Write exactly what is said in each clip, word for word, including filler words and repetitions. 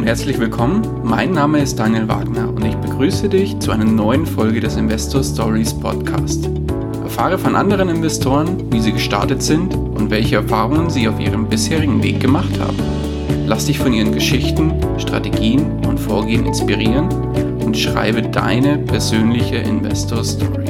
und herzlich willkommen. Mein Name ist Daniel Wagner und ich begrüße dich zu einer neuen Folge des Investor Stories Podcast. Erfahre von anderen Investoren, wie sie gestartet sind und welche Erfahrungen sie auf ihrem bisherigen Weg gemacht haben. Lass dich von ihren Geschichten, Strategien und Vorgehen inspirieren und schreibe deine persönliche Investor Story.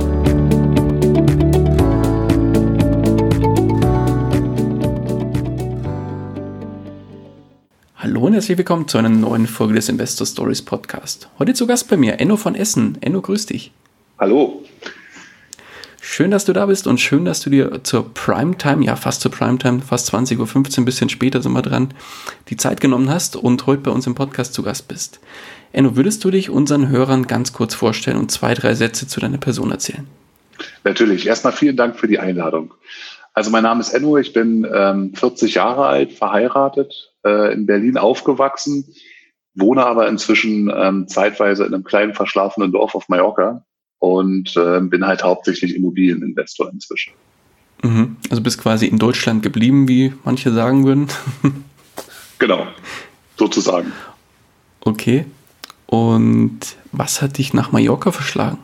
Hallo und herzlich willkommen zu einer neuen Folge des Investor Stories Podcast. Heute zu Gast bei mir Enno von Essen. Enno, grüß dich. Hallo. Schön, dass du da bist und schön, dass du dir zur Primetime, ja fast zur Primetime, fast zwanzig Uhr fünfzehn, ein bisschen später sind wir dran, die Zeit genommen hast und heute bei uns im Podcast zu Gast bist. Enno, würdest du dich unseren Hörern ganz kurz vorstellen und zwei, drei Sätze zu deiner Person erzählen? Natürlich. Erstmal vielen Dank für die Einladung. Also mein Name ist Enno, ich bin ähm, vierzig Jahre alt, verheiratet, äh, in Berlin aufgewachsen, wohne aber inzwischen ähm, zeitweise in einem kleinen verschlafenen Dorf auf Mallorca und äh, bin halt hauptsächlich Immobilieninvestor inzwischen. Mhm. Also bist quasi in Deutschland geblieben, wie manche sagen würden. Genau, sozusagen. Okay. Und was hat dich nach Mallorca verschlagen?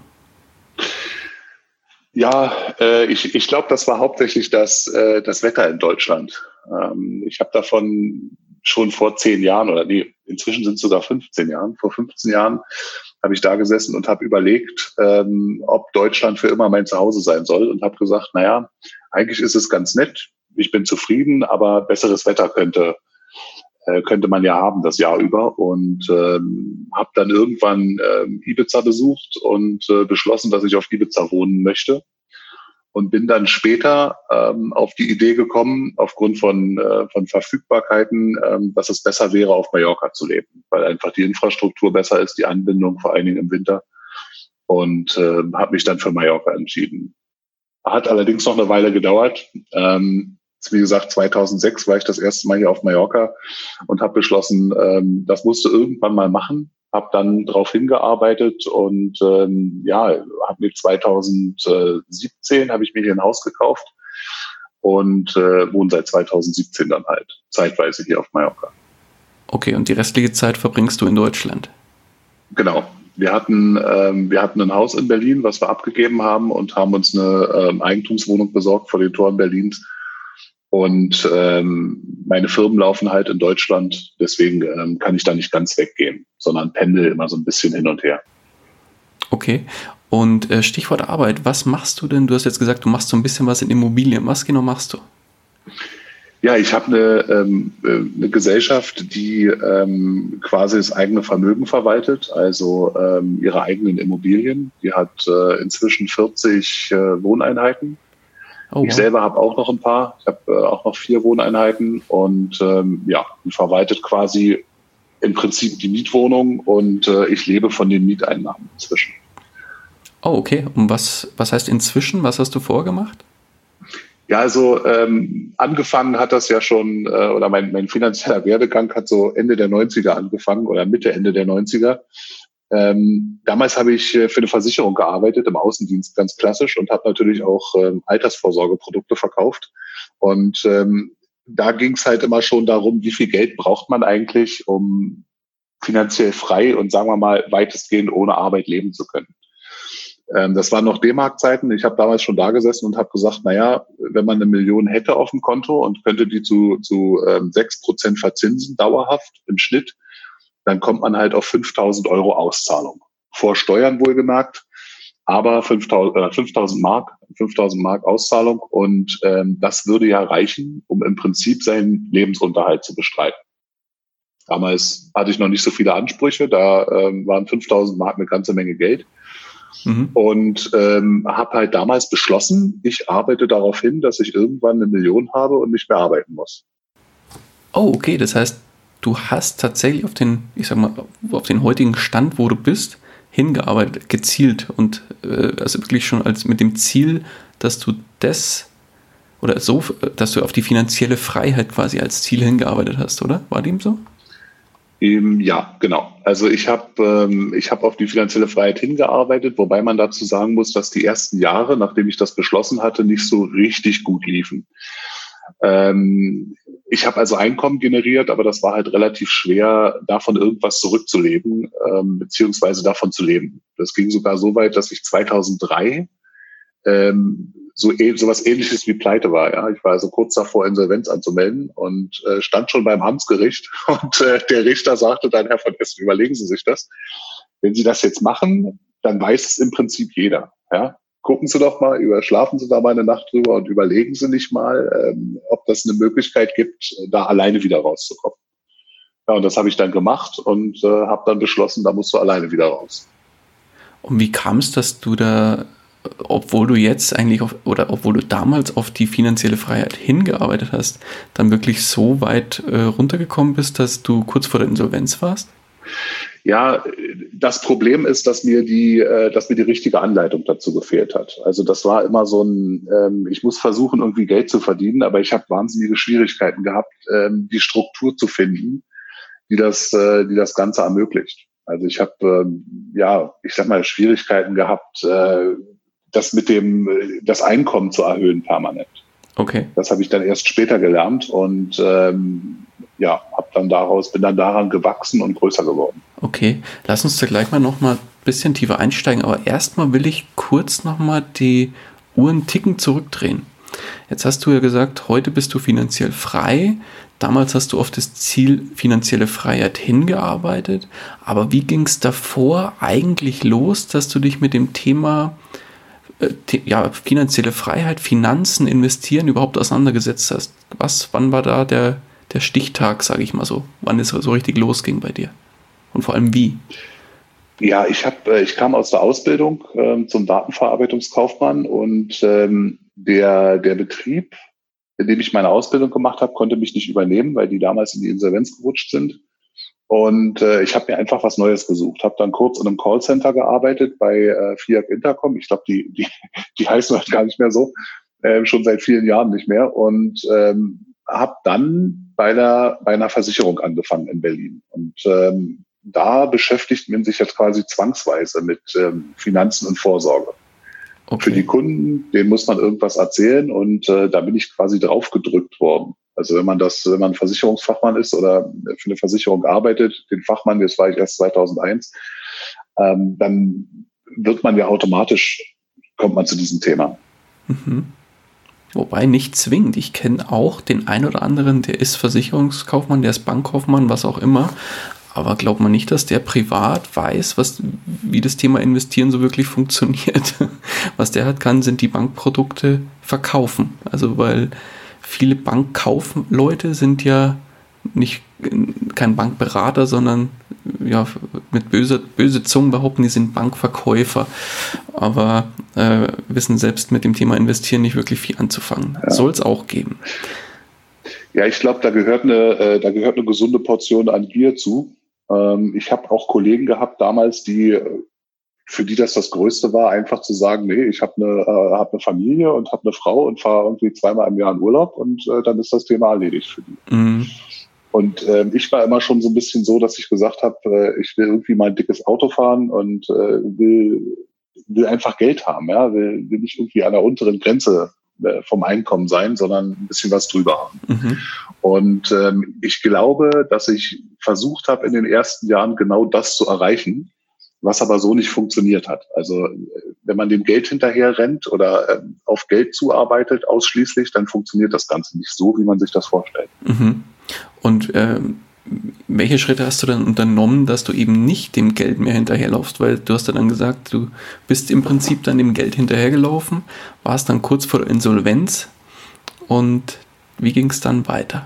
Ja, äh, ich, ich glaube, das war hauptsächlich das, äh, das Wetter in Deutschland. Ähm, ich habe davon schon vor zehn Jahren oder nee, inzwischen sind es sogar fünfzehn Jahren, vor fünfzehn Jahren habe ich da gesessen und habe überlegt, ähm, ob Deutschland für immer mein Zuhause sein soll und habe gesagt, naja, eigentlich ist es ganz nett, ich bin zufrieden, aber besseres Wetter könnte äh, könnte man ja haben das Jahr über und ähm, habe dann irgendwann ähm, Ibiza besucht und äh, beschlossen, dass ich auf Ibiza wohnen möchte und bin dann später ähm, auf die Idee gekommen, aufgrund von, äh, von Verfügbarkeiten, ähm, dass es besser wäre, auf Mallorca zu leben, weil einfach die Infrastruktur besser ist, die Anbindung, vor allen Dingen im Winter und äh, habe mich dann für Mallorca entschieden. Hat allerdings noch eine Weile gedauert. Ähm, Wie gesagt, zweitausendsechs war ich das erste Mal hier auf Mallorca und habe beschlossen, ähm, das musste irgendwann mal machen. Habe dann darauf hingearbeitet und ähm, ja, habe mir zweitausendsiebzehn habe ich mir hier ein Haus gekauft und äh, wohne seit zweitausendsiebzehn dann halt zeitweise hier auf Mallorca. Okay, und die restliche Zeit verbringst du in Deutschland? Genau. Wir hatten, ähm, wir hatten ein Haus in Berlin, was wir abgegeben haben und haben uns eine ähm, Eigentumswohnung besorgt vor den Toren Berlins. Und ähm, meine Firmen laufen halt in Deutschland, deswegen ähm, kann ich da nicht ganz weggehen, sondern pendel immer so ein bisschen hin und her. Okay, und äh, Stichwort Arbeit, was machst du denn? Du hast jetzt gesagt, du machst so ein bisschen was in Immobilien. Was genau machst du? Ja, ich habe eine, ähm, eine Gesellschaft, die ähm, quasi das eigene Vermögen verwaltet, also ähm, ihre eigenen Immobilien. Die hat äh, inzwischen vierzig äh, Wohneinheiten. Oh, ich selber habe auch noch ein paar. Ich habe äh, auch noch vier Wohneinheiten und ähm, ja, verwaltet quasi im Prinzip die Mietwohnung und äh, ich lebe von den Mieteinnahmen inzwischen. Oh, okay. Und was, was heißt inzwischen? Was hast du vorgemacht? Ja, also ähm, angefangen hat das ja schon, äh, oder mein, mein finanzieller Werdegang hat so Ende der neunziger angefangen oder Mitte, Ende der neunziger. Ähm, damals habe ich äh, für eine Versicherung gearbeitet, im Außendienst ganz klassisch und habe natürlich auch ähm, Altersvorsorgeprodukte verkauft. Und ähm, da ging es halt immer schon darum, wie viel Geld braucht man eigentlich, um finanziell frei und sagen wir mal weitestgehend ohne Arbeit leben zu können. Ähm, das waren noch D-Mark-Zeiten. Ich habe damals schon da gesessen und habe gesagt, naja, wenn man eine Million hätte auf dem Konto und könnte die zu, zu ähm, sechs Prozent verzinsen, dauerhaft im Schnitt, dann kommt man halt auf fünftausend Euro Auszahlung. Vor Steuern wohlgemerkt, aber fünftausend, äh, fünftausend Mark, fünftausend Mark Auszahlung und ähm, das würde ja reichen, um im Prinzip seinen Lebensunterhalt zu bestreiten. Damals hatte ich noch nicht so viele Ansprüche, da ähm, waren fünftausend Mark eine ganze Menge Geld. Mhm. Und ähm, habe halt damals beschlossen, ich arbeite darauf hin, dass ich irgendwann eine Million habe und nicht mehr arbeiten muss. Oh, okay, das heißt, du hast tatsächlich auf den, ich sag mal, auf den heutigen Stand, wo du bist, hingearbeitet, gezielt und äh, also wirklich schon als mit dem Ziel, dass du das oder so, dass du auf die finanzielle Freiheit quasi als Ziel hingearbeitet hast, oder? War dem so? Ähm, ja, genau. Also ich habe ähm, ich habe auf die finanzielle Freiheit hingearbeitet, wobei man dazu sagen muss, dass die ersten Jahre, nachdem ich das beschlossen hatte, nicht so richtig gut liefen. Ähm, ich habe also Einkommen generiert, aber das war halt relativ schwer, davon irgendwas zurückzulegen, ähm, beziehungsweise davon zu leben. Das ging sogar so weit, dass ich zweitausenddrei ähm, so eh, sowas Ähnliches wie Pleite war. Ja, ich war also kurz davor, Insolvenz anzumelden und äh, stand schon beim Amtsgericht und äh, der Richter sagte dann: Herr von Essen, überlegen Sie sich das. Wenn Sie das jetzt machen, dann weiß es im Prinzip jeder. Ja, gucken Sie doch mal, über, schlafen Sie da mal eine Nacht drüber und überlegen Sie nicht mal, ähm, ob das eine Möglichkeit gibt, da alleine wieder rauszukommen. Ja, und das habe ich dann gemacht und äh, habe dann beschlossen, da musst du alleine wieder raus. Und wie kam es, dass du da, obwohl du jetzt eigentlich auf, oder obwohl du damals auf die finanzielle Freiheit hingearbeitet hast, dann wirklich so weit äh, runtergekommen bist, dass du kurz vor der Insolvenz warst? Ja, das Problem ist, dass mir die, äh, dass mir die richtige Anleitung dazu gefehlt hat. Also das war immer so ein, ähm, ich muss versuchen, irgendwie Geld zu verdienen, aber ich habe wahnsinnige Schwierigkeiten gehabt, ähm, die Struktur zu finden, die das, äh, die das Ganze ermöglicht. Also ich habe, ähm, ja, ich sag mal, Schwierigkeiten gehabt, äh, das mit dem, das Einkommen zu erhöhen permanent. Okay. Das habe ich dann erst später gelernt und ähm, ja, hab dann daraus, bin dann daran gewachsen und größer geworden. Okay, lass uns da gleich mal noch mal ein bisschen tiefer einsteigen, aber erstmal will ich kurz noch mal die Uhren ticken zurückdrehen. Jetzt hast du ja gesagt, heute bist du finanziell frei. Damals hast du auf das Ziel finanzielle Freiheit hingearbeitet. Aber wie ging es davor eigentlich los, dass du dich mit dem Thema äh, ja, finanzielle Freiheit, Finanzen, Investieren überhaupt auseinandergesetzt hast? Was, wann war da der, der Stichtag, sage ich mal so, wann es so richtig losging bei dir? Und vor allem wie? Ja, ich habe, ich kam aus der Ausbildung ähm, zum Datenverarbeitungskaufmann und ähm, der der Betrieb, in dem ich meine Ausbildung gemacht habe, konnte mich nicht übernehmen, weil die damals in die Insolvenz gerutscht sind. Und äh, ich habe mir einfach was Neues gesucht. Habe dann kurz in einem Callcenter gearbeitet bei äh, Fiat Intercom. Ich glaube, die die die heißen halt gar nicht mehr so, äh, schon seit vielen Jahren nicht mehr. Und ähm, habe dann bei einer bei einer Versicherung angefangen in Berlin. Und ähm, da beschäftigt man sich jetzt quasi zwangsweise mit ähm, Finanzen und Vorsorge. Okay. Für die Kunden, denen muss man irgendwas erzählen und äh, da bin ich quasi drauf gedrückt worden. Also wenn man das, wenn man Versicherungsfachmann ist oder für eine Versicherung arbeitet, den Fachmann, das war ich erst zweitausendeins, ähm, dann wird man ja automatisch, kommt man zu diesem Thema. Mhm. Wobei nicht zwingend. Ich kenne auch den einen oder anderen, der ist Versicherungskaufmann, der ist Bankkaufmann, was auch immer. Aber glaubt man nicht, dass der privat weiß, was, wie das Thema Investieren so wirklich funktioniert. Was der hat kann, sind die Bankprodukte verkaufen. Also weil viele Bankkaufleute sind ja nicht kein Bankberater, sondern ja mit böse, böse Zungen behaupten, die sind Bankverkäufer. Aber äh, wissen selbst mit dem Thema Investieren nicht wirklich viel anzufangen. Ja. Soll es auch geben. Ja, ich glaube, da gehört eine, äh, da gehört eine gesunde Portion an Gier zu. Ähm, ich habe auch Kollegen gehabt damals, die für die das das Größte war, einfach zu sagen, nee, ich habe eine, äh, hab eine Familie und habe eine Frau und fahre irgendwie zweimal im Jahr in Urlaub und äh, dann ist das Thema erledigt für die. Mhm. Und äh, ich war immer schon so ein bisschen so, dass ich gesagt habe, äh, ich will irgendwie mal ein dickes Auto fahren und äh, will, will einfach Geld haben, ja, will, will nicht irgendwie an der unteren Grenze vom Einkommen sein, sondern ein bisschen was drüber haben. Mhm. Und ähm, ich glaube, dass ich versucht habe, in den ersten Jahren genau das zu erreichen, was aber so nicht funktioniert hat. Also wenn man dem Geld hinterher rennt oder ähm, auf Geld zuarbeitet ausschließlich, dann funktioniert das Ganze nicht so, wie man sich das vorstellt. Mhm. Und ähm welche Schritte hast du dann unternommen, dass du eben nicht dem Geld mehr hinterherlaufst? Weil du hast ja dann gesagt, du bist im Prinzip dann dem Geld hinterhergelaufen, warst dann kurz vor der Insolvenz und wie ging es dann weiter?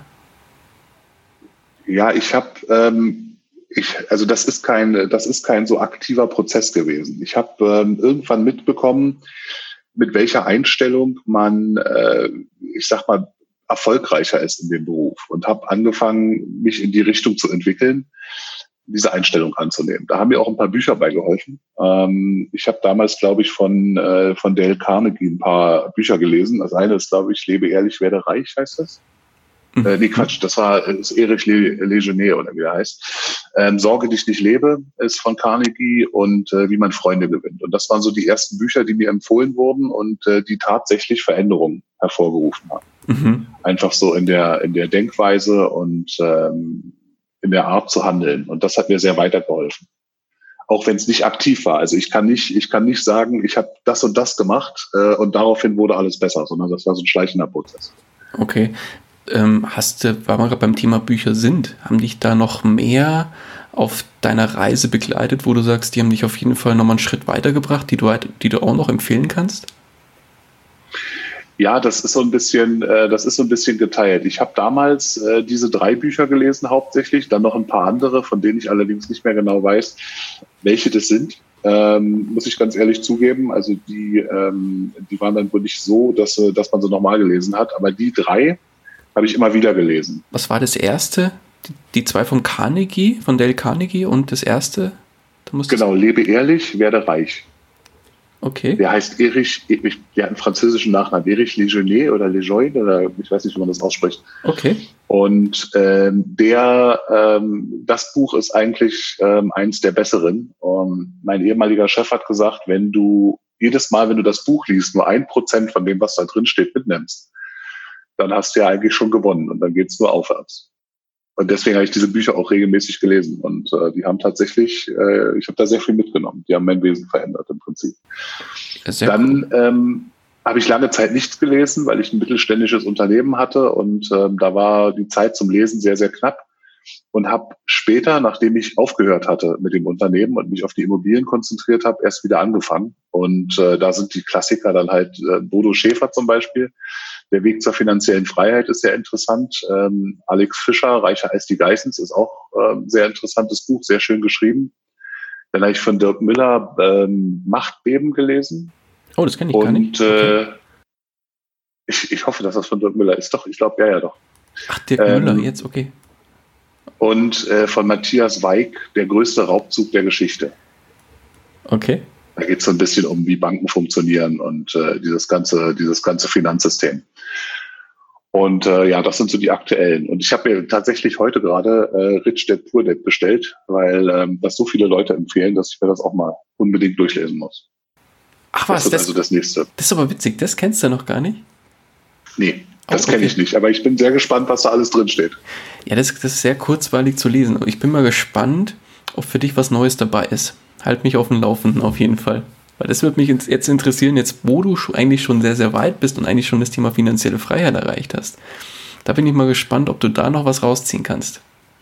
Ja, ich habe, ähm, ich, also das ist kein, das ist kein so aktiver Prozess gewesen. Ich habe ähm, irgendwann mitbekommen, mit welcher Einstellung man, äh, ich sag mal, erfolgreicher ist in dem Beruf und habe angefangen, mich in die Richtung zu entwickeln, diese Einstellung anzunehmen. Da haben mir auch ein paar Bücher bei geholfen. Ähm, ich habe damals, glaube ich, von äh, von Dale Carnegie ein paar Bücher gelesen. Das eine ist, glaube ich, Lebe ehrlich, werde reich, heißt das. Mhm. Äh, nee, Quatsch, das war das Erich Legionnaire oder wie er heißt. Ähm, Sorge dich nicht lebe ist von Carnegie und äh, wie man Freunde gewinnt. Und das waren so die ersten Bücher, die mir empfohlen wurden und äh, die tatsächlich Veränderungen hervorgerufen haben. Mhm. Einfach so in der, in der Denkweise und ähm, in der Art zu handeln. Und das hat mir sehr weitergeholfen. Auch wenn es nicht aktiv war. Also ich kann nicht, ich kann nicht sagen, ich habe das und das gemacht äh, und daraufhin wurde alles besser, sondern das war so ein schleichender Prozess. Okay. Ähm, hast du, weil wir gerade beim Thema Bücher sind, haben dich da noch mehr auf deiner Reise begleitet, wo du sagst, die haben dich auf jeden Fall nochmal einen Schritt weitergebracht, die du, die du auch noch empfehlen kannst? Ja, das ist so ein bisschen, äh, das ist so ein bisschen geteilt. Ich habe damals äh, diese drei Bücher gelesen hauptsächlich, dann noch ein paar andere, von denen ich allerdings nicht mehr genau weiß, welche das sind. Ähm, muss ich ganz ehrlich zugeben. Also die, ähm, die waren dann wohl nicht so, dass, äh, dass man sie nochmal gelesen hat. Aber die drei habe ich immer wieder gelesen. Was war das erste? Die, die zwei vom Carnegie, von Dale Carnegie und das erste? Da genau, lebe ehrlich, werde reich. Okay. Der heißt Erich, der hat einen französischen Nachnamen, Erich Lejeune oder Lejeune, oder ich weiß nicht, wie man das ausspricht. Okay. Und ähm, der, ähm, das Buch ist eigentlich ähm, eins der besseren. Um, mein ehemaliger Chef hat gesagt, wenn du jedes Mal, wenn du das Buch liest, nur ein Prozent von dem, was da drin steht, mitnimmst, dann hast du ja eigentlich schon gewonnen und dann geht's nur aufwärts. Und deswegen habe ich diese Bücher auch regelmäßig gelesen. Und äh, die haben tatsächlich, äh, ich habe da sehr viel mitgenommen. Die haben mein Wesen verändert im Prinzip. Sehr Dann cool. ähm, habe ich lange Zeit nichts gelesen, weil ich ein mittelständisches Unternehmen hatte. Und ähm, da war die Zeit zum Lesen sehr, sehr knapp. Und habe später, nachdem ich aufgehört hatte mit dem Unternehmen und mich auf die Immobilien konzentriert habe, erst wieder angefangen. Und äh, da sind die Klassiker dann halt äh, Bodo Schäfer zum Beispiel. Der Weg zur finanziellen Freiheit ist sehr interessant. Ähm, Alex Fischer, Reicher als die Geissens, ist auch ein ähm, sehr interessantes Buch, sehr schön geschrieben. Dann habe ich von Dirk Müller ähm, Machtbeben gelesen. Oh, das kenne ich und, gar nicht. Okay. Äh, ich, ich hoffe, dass das von Dirk Müller ist. Doch, ich glaube, ja, ja, doch. Ach, Dirk ähm, Müller, jetzt, okay. Und äh, von Matthias Weig, Der größte Raubzug der Geschichte. Okay. Da geht es so ein bisschen um, wie Banken funktionieren und äh, dieses ganze, dieses ganze Finanzsystem. Und äh, ja, das sind so die aktuellen. Und ich habe mir tatsächlich heute gerade äh, Rich Dad Poor Dad bestellt, weil ähm, das so viele Leute empfehlen, dass ich mir das auch mal unbedingt durchlesen muss. Ach was, das ist das, also das nächste. Das ist aber witzig, das kennst du noch gar nicht? Nee, das oh, okay. kenne ich nicht, aber ich bin sehr gespannt, was da alles drin steht. Ja, das, das ist sehr kurzweilig zu lesen. Ich bin mal gespannt, ob für dich was Neues dabei ist. Halt mich auf dem Laufenden auf jeden Fall. Weil das würde mich jetzt interessieren, jetzt wo du eigentlich schon sehr, sehr weit bist und eigentlich schon das Thema finanzielle Freiheit erreicht hast. Da bin ich mal gespannt, ob du da noch was rausziehen kannst.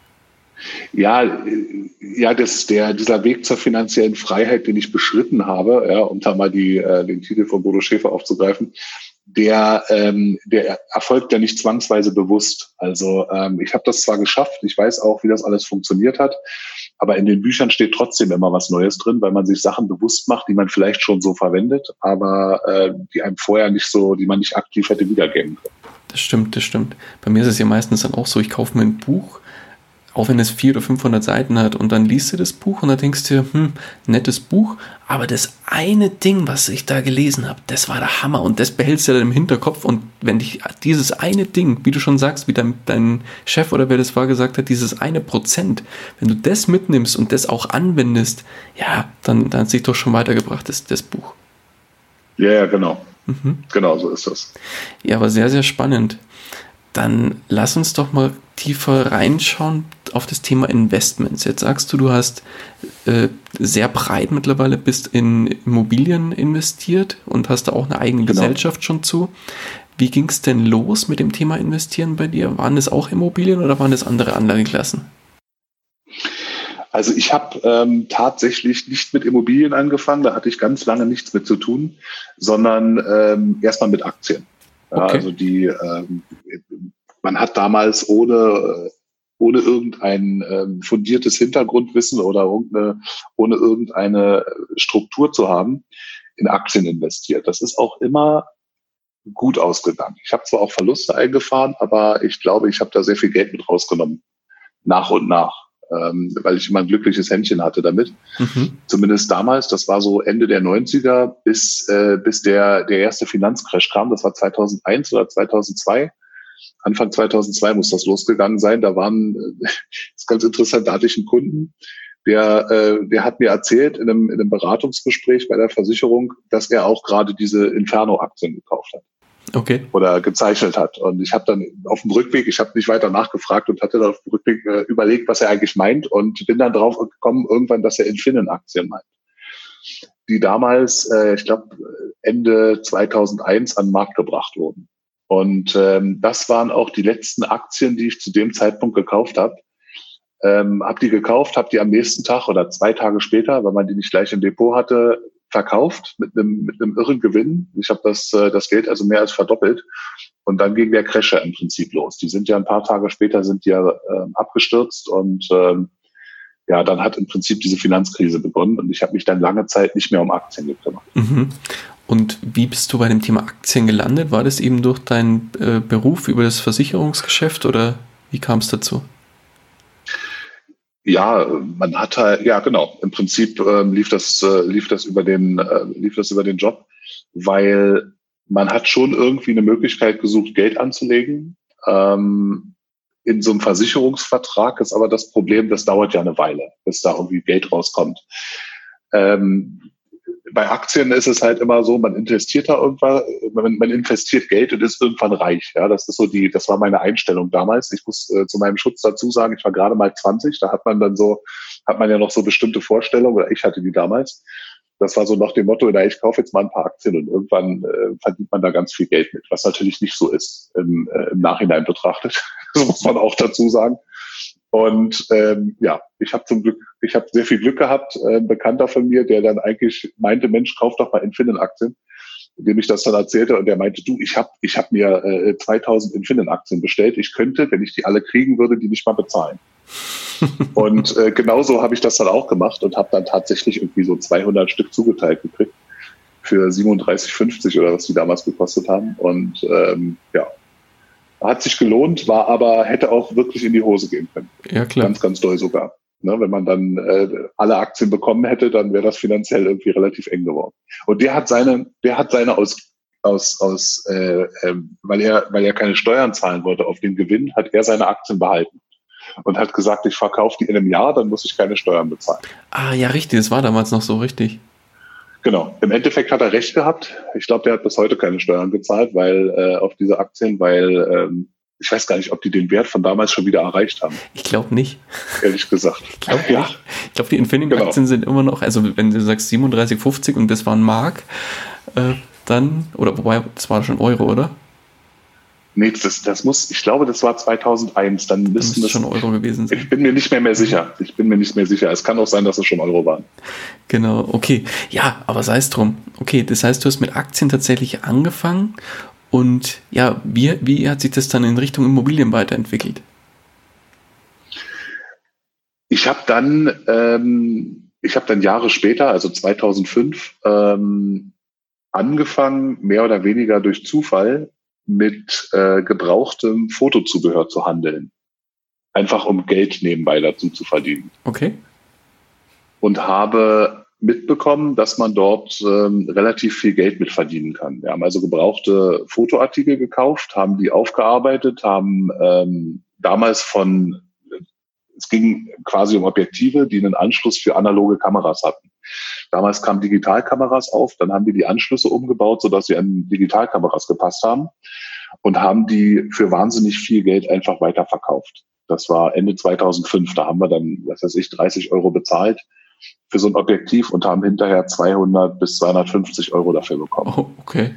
Ja, ja, das, der, dieser Weg zur finanziellen Freiheit, den ich beschritten habe, ja, um da mal die, äh, den Titel von Bodo Schäfer aufzugreifen, der, ähm, der erfolgt ja nicht zwangsweise bewusst. Also ähm, ich habe das zwar geschafft, ich weiß auch, wie das alles funktioniert hat, aber in den Büchern steht trotzdem immer was Neues drin, weil man sich Sachen bewusst macht, die man vielleicht schon so verwendet, aber äh, die einem vorher nicht so, die man nicht aktiv hätte wiedergeben können. Das stimmt, das stimmt. Bei mir ist es ja meistens dann auch so, ich kaufe mir ein Buch, auch wenn es vierhundert oder fünfhundert Seiten hat und dann liest du das Buch und dann denkst du dir, hm, nettes Buch, aber das eine Ding, was ich da gelesen habe, das war der Hammer und das behältst du dann im Hinterkopf und wenn dich dieses eine Ding, wie du schon sagst, wie dein, dein Chef oder wer das war gesagt hat, dieses eine Prozent, wenn du das mitnimmst und das auch anwendest, ja, dann, dann hat sich doch schon weitergebracht, das, das Buch. Ja, ja, genau. Mhm. Genau, so ist das. Ja, aber sehr, sehr spannend. Dann lass uns doch mal tiefer reinschauen auf das Thema Investments. Jetzt sagst du, du hast äh, sehr breit mittlerweile bist in Immobilien investiert und hast da auch eine eigene genau. Gesellschaft schon zu. Wie ging es denn los mit dem Thema Investieren bei dir? Waren das auch Immobilien oder waren das andere Anlageklassen? Also ich habe ähm, tatsächlich nicht mit Immobilien angefangen, da hatte ich ganz lange nichts mit zu tun, sondern ähm, erstmal mit Aktien. Ja, okay. Also die, ähm, man hat damals ohne, ohne irgendein ähm, fundiertes Hintergrundwissen oder irgendeine, ohne irgendeine Struktur zu haben, in Aktien investiert. Das ist auch immer gut ausgegangen. Ich habe zwar auch Verluste eingefahren, aber ich glaube, ich habe da sehr viel Geld mit rausgenommen, nach und nach, ähm, weil ich immer ein glückliches Händchen hatte damit. Mhm. Zumindest damals, das war so Ende der neunziger, bis, äh, bis der, der erste Finanzcrash kam. Das war zweitausendeins oder zweitausendzwei. Anfang zweitausendzwei muss das losgegangen sein. Da waren, das ist ganz interessant, da hatte ich einen Kunden, der, äh, der hat mir erzählt in einem, in einem Beratungsgespräch bei der Versicherung, dass er auch gerade diese Inferno-Aktien gekauft hat. Okay. Oder gezeichnet hat. Und ich habe dann auf dem Rückweg, ich habe nicht weiter nachgefragt und hatte dann auf dem Rückweg äh, überlegt, was er eigentlich meint und bin dann drauf gekommen, irgendwann, dass er Infineon-Aktien meint, die damals, äh, ich glaube, Ende zweitausendeins an den Markt gebracht wurden. Und ähm, das waren auch die letzten Aktien, die ich zu dem Zeitpunkt gekauft habe. Ähm, habe die gekauft, habe die am nächsten Tag oder zwei Tage später, weil man die nicht gleich im Depot hatte, verkauft mit einem mit einem irren Gewinn. Ich habe das äh, das Geld also mehr als verdoppelt und dann ging der Crash ja im Prinzip los. Die sind ja ein paar Tage später sind die ja äh, abgestürzt und ähm, ja, dann hat im Prinzip diese Finanzkrise begonnen und ich habe mich dann lange Zeit nicht mehr um Aktien gekümmert. Mhm. Und wie bist du bei dem Thema Aktien gelandet? War das eben durch deinen äh, Beruf über das Versicherungsgeschäft oder wie kam es dazu? Ja, man hat halt, ja genau, im Prinzip ähm, lief das äh, lief das über den äh, lief das über den Job, weil man hat schon irgendwie eine Möglichkeit gesucht, Geld anzulegen. Ähm, in so einem Versicherungsvertrag ist aber das Problem, das dauert ja eine Weile, bis da irgendwie Geld rauskommt. Ähm, bei Aktien ist es halt immer so, man investiert da irgendwann, man, man investiert Geld und ist irgendwann reich. Ja, das ist so die, das war meine Einstellung damals. Ich muss äh, zu meinem Schutz dazu sagen, ich war gerade mal zwanzig, da hat man dann so, hat man ja noch so bestimmte Vorstellungen, oder ich hatte die damals. Das war so nach dem Motto, na, ich kaufe jetzt mal ein paar Aktien und irgendwann äh, verdient man da ganz viel Geld mit, was natürlich nicht so ist im, äh, im Nachhinein betrachtet. Das muss man auch dazu sagen. Und ähm, ja, ich habe zum Glück, ich habe sehr viel Glück gehabt. Äh, ein Bekannter von mir, der dann eigentlich meinte, Mensch, kauf doch mal Infineon-Aktien, dem ich das dann erzählte. Und der meinte, du, ich habe ich hab mir äh, zweitausend Infineon-Aktien bestellt. Ich könnte, wenn ich die alle kriegen würde, die nicht mal bezahlen. Und äh, genauso habe ich das dann auch gemacht und habe dann tatsächlich irgendwie so zweihundert Stück zugeteilt gekriegt für siebenunddreißig fünfzig oder was die damals gekostet haben. Und ähm, ja, hat sich gelohnt, war aber, hätte auch wirklich in die Hose gehen können. Ja, klar. Ganz, ganz doll sogar. Ne, wenn man dann äh, alle Aktien bekommen hätte, dann wäre das finanziell irgendwie relativ eng geworden. Und der hat seine, der hat seine aus, aus, aus, äh, äh, weil er, weil er keine Steuern zahlen wollte auf den Gewinn, hat er seine Aktien behalten und hat gesagt, ich verkaufe die in einem Jahr, dann muss ich keine Steuern bezahlen. Ah, ja, richtig, das war damals noch so richtig. Genau. Im Endeffekt hat er recht gehabt. Ich glaube, der hat bis heute keine Steuern gezahlt, weil äh, auf diese Aktien, weil ähm, ich weiß gar nicht, ob die den Wert von damals schon wieder erreicht haben. Ich glaube nicht. Ehrlich gesagt. Ich glaube ja. nicht. Ich glaube, die Infineon-Aktien genau. sind immer noch, also wenn du sagst siebenunddreißig fünfzig und das war ein Mark, äh, dann, oder wobei, das war schon Euro, oder? Nee, das, das muss, ich glaube, das war zweitausendeins. Dann müssten das schon Euro gewesen sein. Ich bin mir nicht mehr, mehr sicher. Ich bin mir nicht mehr sicher. Es kann auch sein, dass es schon Euro waren. Genau, okay. Ja, aber sei es drum. Okay, das heißt, du hast mit Aktien tatsächlich angefangen und ja, wie, wie hat sich das dann in Richtung Immobilien weiterentwickelt? Ich habe dann, ähm, ich habe dann Jahre später, also zweitausendfünf, ähm, angefangen, mehr oder weniger durch Zufall, mit äh, gebrauchtem Fotozubehör zu handeln. Einfach um Geld nebenbei dazu zu verdienen. Okay. Und habe mitbekommen, dass man dort ähm, relativ viel Geld mit verdienen kann. Wir haben also gebrauchte Fotoartikel gekauft, haben die aufgearbeitet, haben ähm, damals von, es ging quasi um Objektive, die einen Anschluss für analoge Kameras hatten. Damals kamen Digitalkameras auf, dann haben die die Anschlüsse umgebaut, sodass sie an Digitalkameras gepasst haben und haben die für wahnsinnig viel Geld einfach weiterverkauft. Das war Ende zweitausendfünf, da haben wir dann, was weiß ich, dreißig Euro bezahlt für so ein Objektiv und haben hinterher zweihundert bis zweihundertfünfzig Euro dafür bekommen. Oh, okay.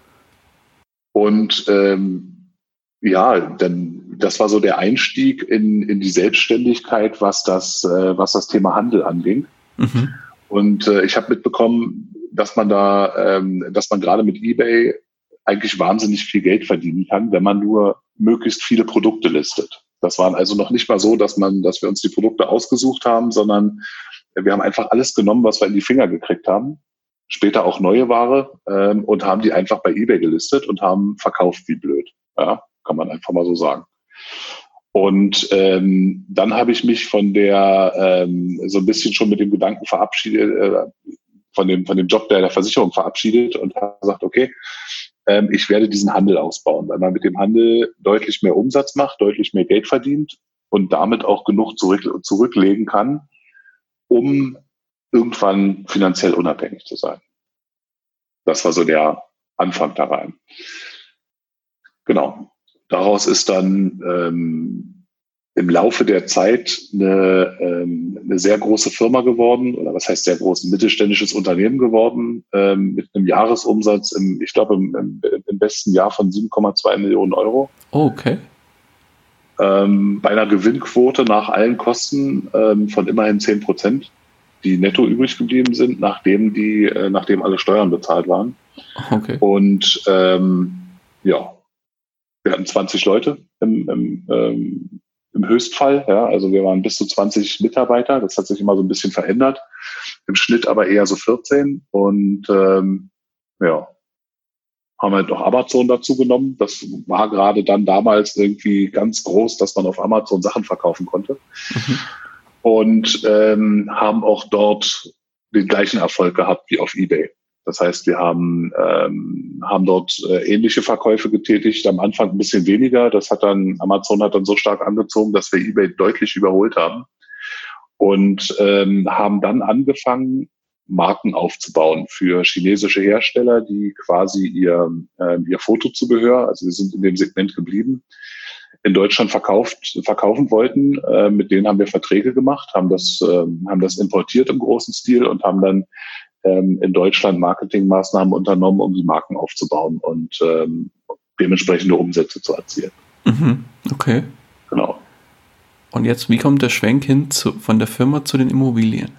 Und ähm, ja, dann das war so der Einstieg in, in die Selbstständigkeit, was das, äh, was das Thema Handel anging. Mhm. Und äh, ich habe mitbekommen, dass man da, ähm, dass man gerade mit eBay eigentlich wahnsinnig viel Geld verdienen kann, wenn man nur möglichst viele Produkte listet. Das waren also noch nicht mal so, dass man, dass wir uns die Produkte ausgesucht haben, sondern wir haben einfach alles genommen, was wir in die Finger gekriegt haben. Später auch neue Ware ähm, und haben die einfach bei eBay gelistet und haben verkauft wie blöd. Ja, kann man einfach mal so sagen. Und ähm, dann habe ich mich von der ähm, so ein bisschen schon mit dem Gedanken verabschiedet, äh, von dem von dem Job der, der Versicherung verabschiedet und habe gesagt, okay, ähm, ich werde diesen Handel ausbauen, weil man mit dem Handel deutlich mehr Umsatz macht, deutlich mehr Geld verdient und damit auch genug zurück, zurücklegen kann, um irgendwann finanziell unabhängig zu sein. Das war so der Anfang da rein. Genau. Daraus ist dann ähm, im Laufe der Zeit eine, ähm, eine sehr große Firma geworden, oder was heißt sehr groß, ein mittelständisches Unternehmen geworden, ähm, mit einem Jahresumsatz, im, ich glaube, im, im, im besten Jahr von sieben Komma zwei Millionen Euro. Oh, okay. Ähm, bei einer Gewinnquote nach allen Kosten ähm, von immerhin zehn Prozent, die netto übrig geblieben sind, nachdem die, äh, nachdem alle Steuern bezahlt waren. Okay. Und ähm, ja, wir hatten zwanzig Leute im, im, ähm, im Höchstfall. Ja, also wir waren bis zu zwanzig Mitarbeiter. Das hat sich immer so ein bisschen verändert. Im Schnitt aber eher so vierzehn. Und ähm, ja, haben halt noch Amazon dazu genommen. Das war gerade dann damals irgendwie ganz groß, dass man auf Amazon Sachen verkaufen konnte. Mhm. Und ähm, haben auch dort den gleichen Erfolg gehabt wie auf eBay. Das heißt, wir haben, ähm, haben dort äh, ähnliche Verkäufe getätigt, am Anfang ein bisschen weniger. Das hat dann, Amazon hat dann so stark angezogen, dass wir eBay deutlich überholt haben und ähm, haben dann angefangen, Marken aufzubauen für chinesische Hersteller, die quasi ihr, äh, ihr Fotozubehör, also wir sind in dem Segment geblieben, in Deutschland verkauft, verkaufen wollten. Äh, mit denen haben wir Verträge gemacht, haben das, äh, haben das importiert im großen Stil und haben dann ähm, in Deutschland Marketingmaßnahmen unternommen, um die Marken aufzubauen und ähm, dementsprechende Umsätze zu erzielen. Mhm. Okay. Genau. Und jetzt, wie kommt der Schwenk hin zu, von der Firma zu den Immobilien?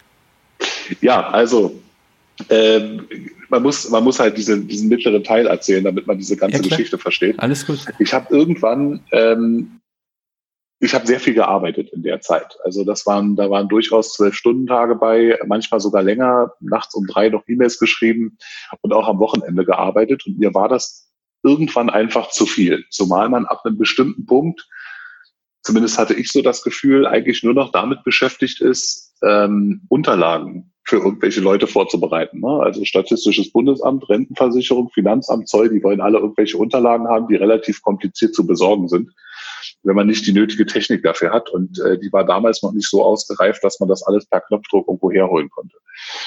Ja, also ähm, man muss man muss halt diese, diesen mittleren Teil erzählen, damit man diese ganze Ja, klar. Geschichte versteht. Alles gut. Ich habe irgendwann, ähm, ich habe sehr viel gearbeitet in der Zeit. Also das waren, da waren durchaus zwölf Stunden Tage bei, manchmal sogar länger, nachts um drei noch E-Mails geschrieben und auch am Wochenende gearbeitet. Und mir war das irgendwann einfach zu viel, zumal man ab einem bestimmten Punkt, zumindest hatte ich so das Gefühl, eigentlich nur noch damit beschäftigt ist, ähm, Unterlagen für irgendwelche Leute vorzubereiten. Ne? Also Statistisches Bundesamt, Rentenversicherung, Finanzamt, Zoll, die wollen alle irgendwelche Unterlagen haben, die relativ kompliziert zu besorgen sind, wenn man nicht die nötige Technik dafür hat. Und äh, die war damals noch nicht so ausgereift, dass man das alles per Knopfdruck irgendwo herholen konnte.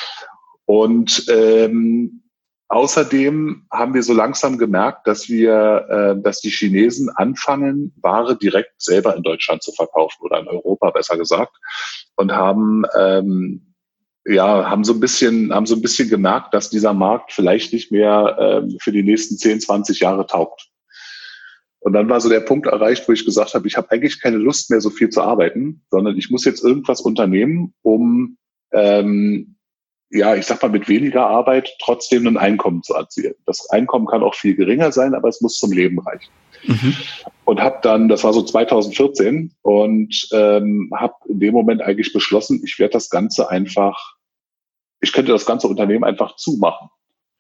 Und ähm, außerdem haben wir so langsam gemerkt, dass wir, äh, dass die Chinesen anfangen, Ware direkt selber in Deutschland zu verkaufen oder in Europa, besser gesagt, und haben ähm, ja haben so ein bisschen haben so ein bisschen gemerkt, dass dieser Markt vielleicht nicht mehr ähm, für die nächsten zehn, zwanzig Jahre taugt. Und dann war so der Punkt erreicht, wo ich gesagt habe, ich habe eigentlich keine Lust mehr, so viel zu arbeiten, sondern ich muss jetzt irgendwas unternehmen, um ähm, ja, ich sag mal, mit weniger Arbeit trotzdem ein Einkommen zu erzielen. Das Einkommen kann auch viel geringer sein, aber es muss zum Leben reichen. Mhm. Und habe dann, das war so zweitausendvierzehn, und ähm, habe in dem Moment eigentlich beschlossen, ich werde das Ganze einfach, ich könnte das ganze Unternehmen einfach zumachen.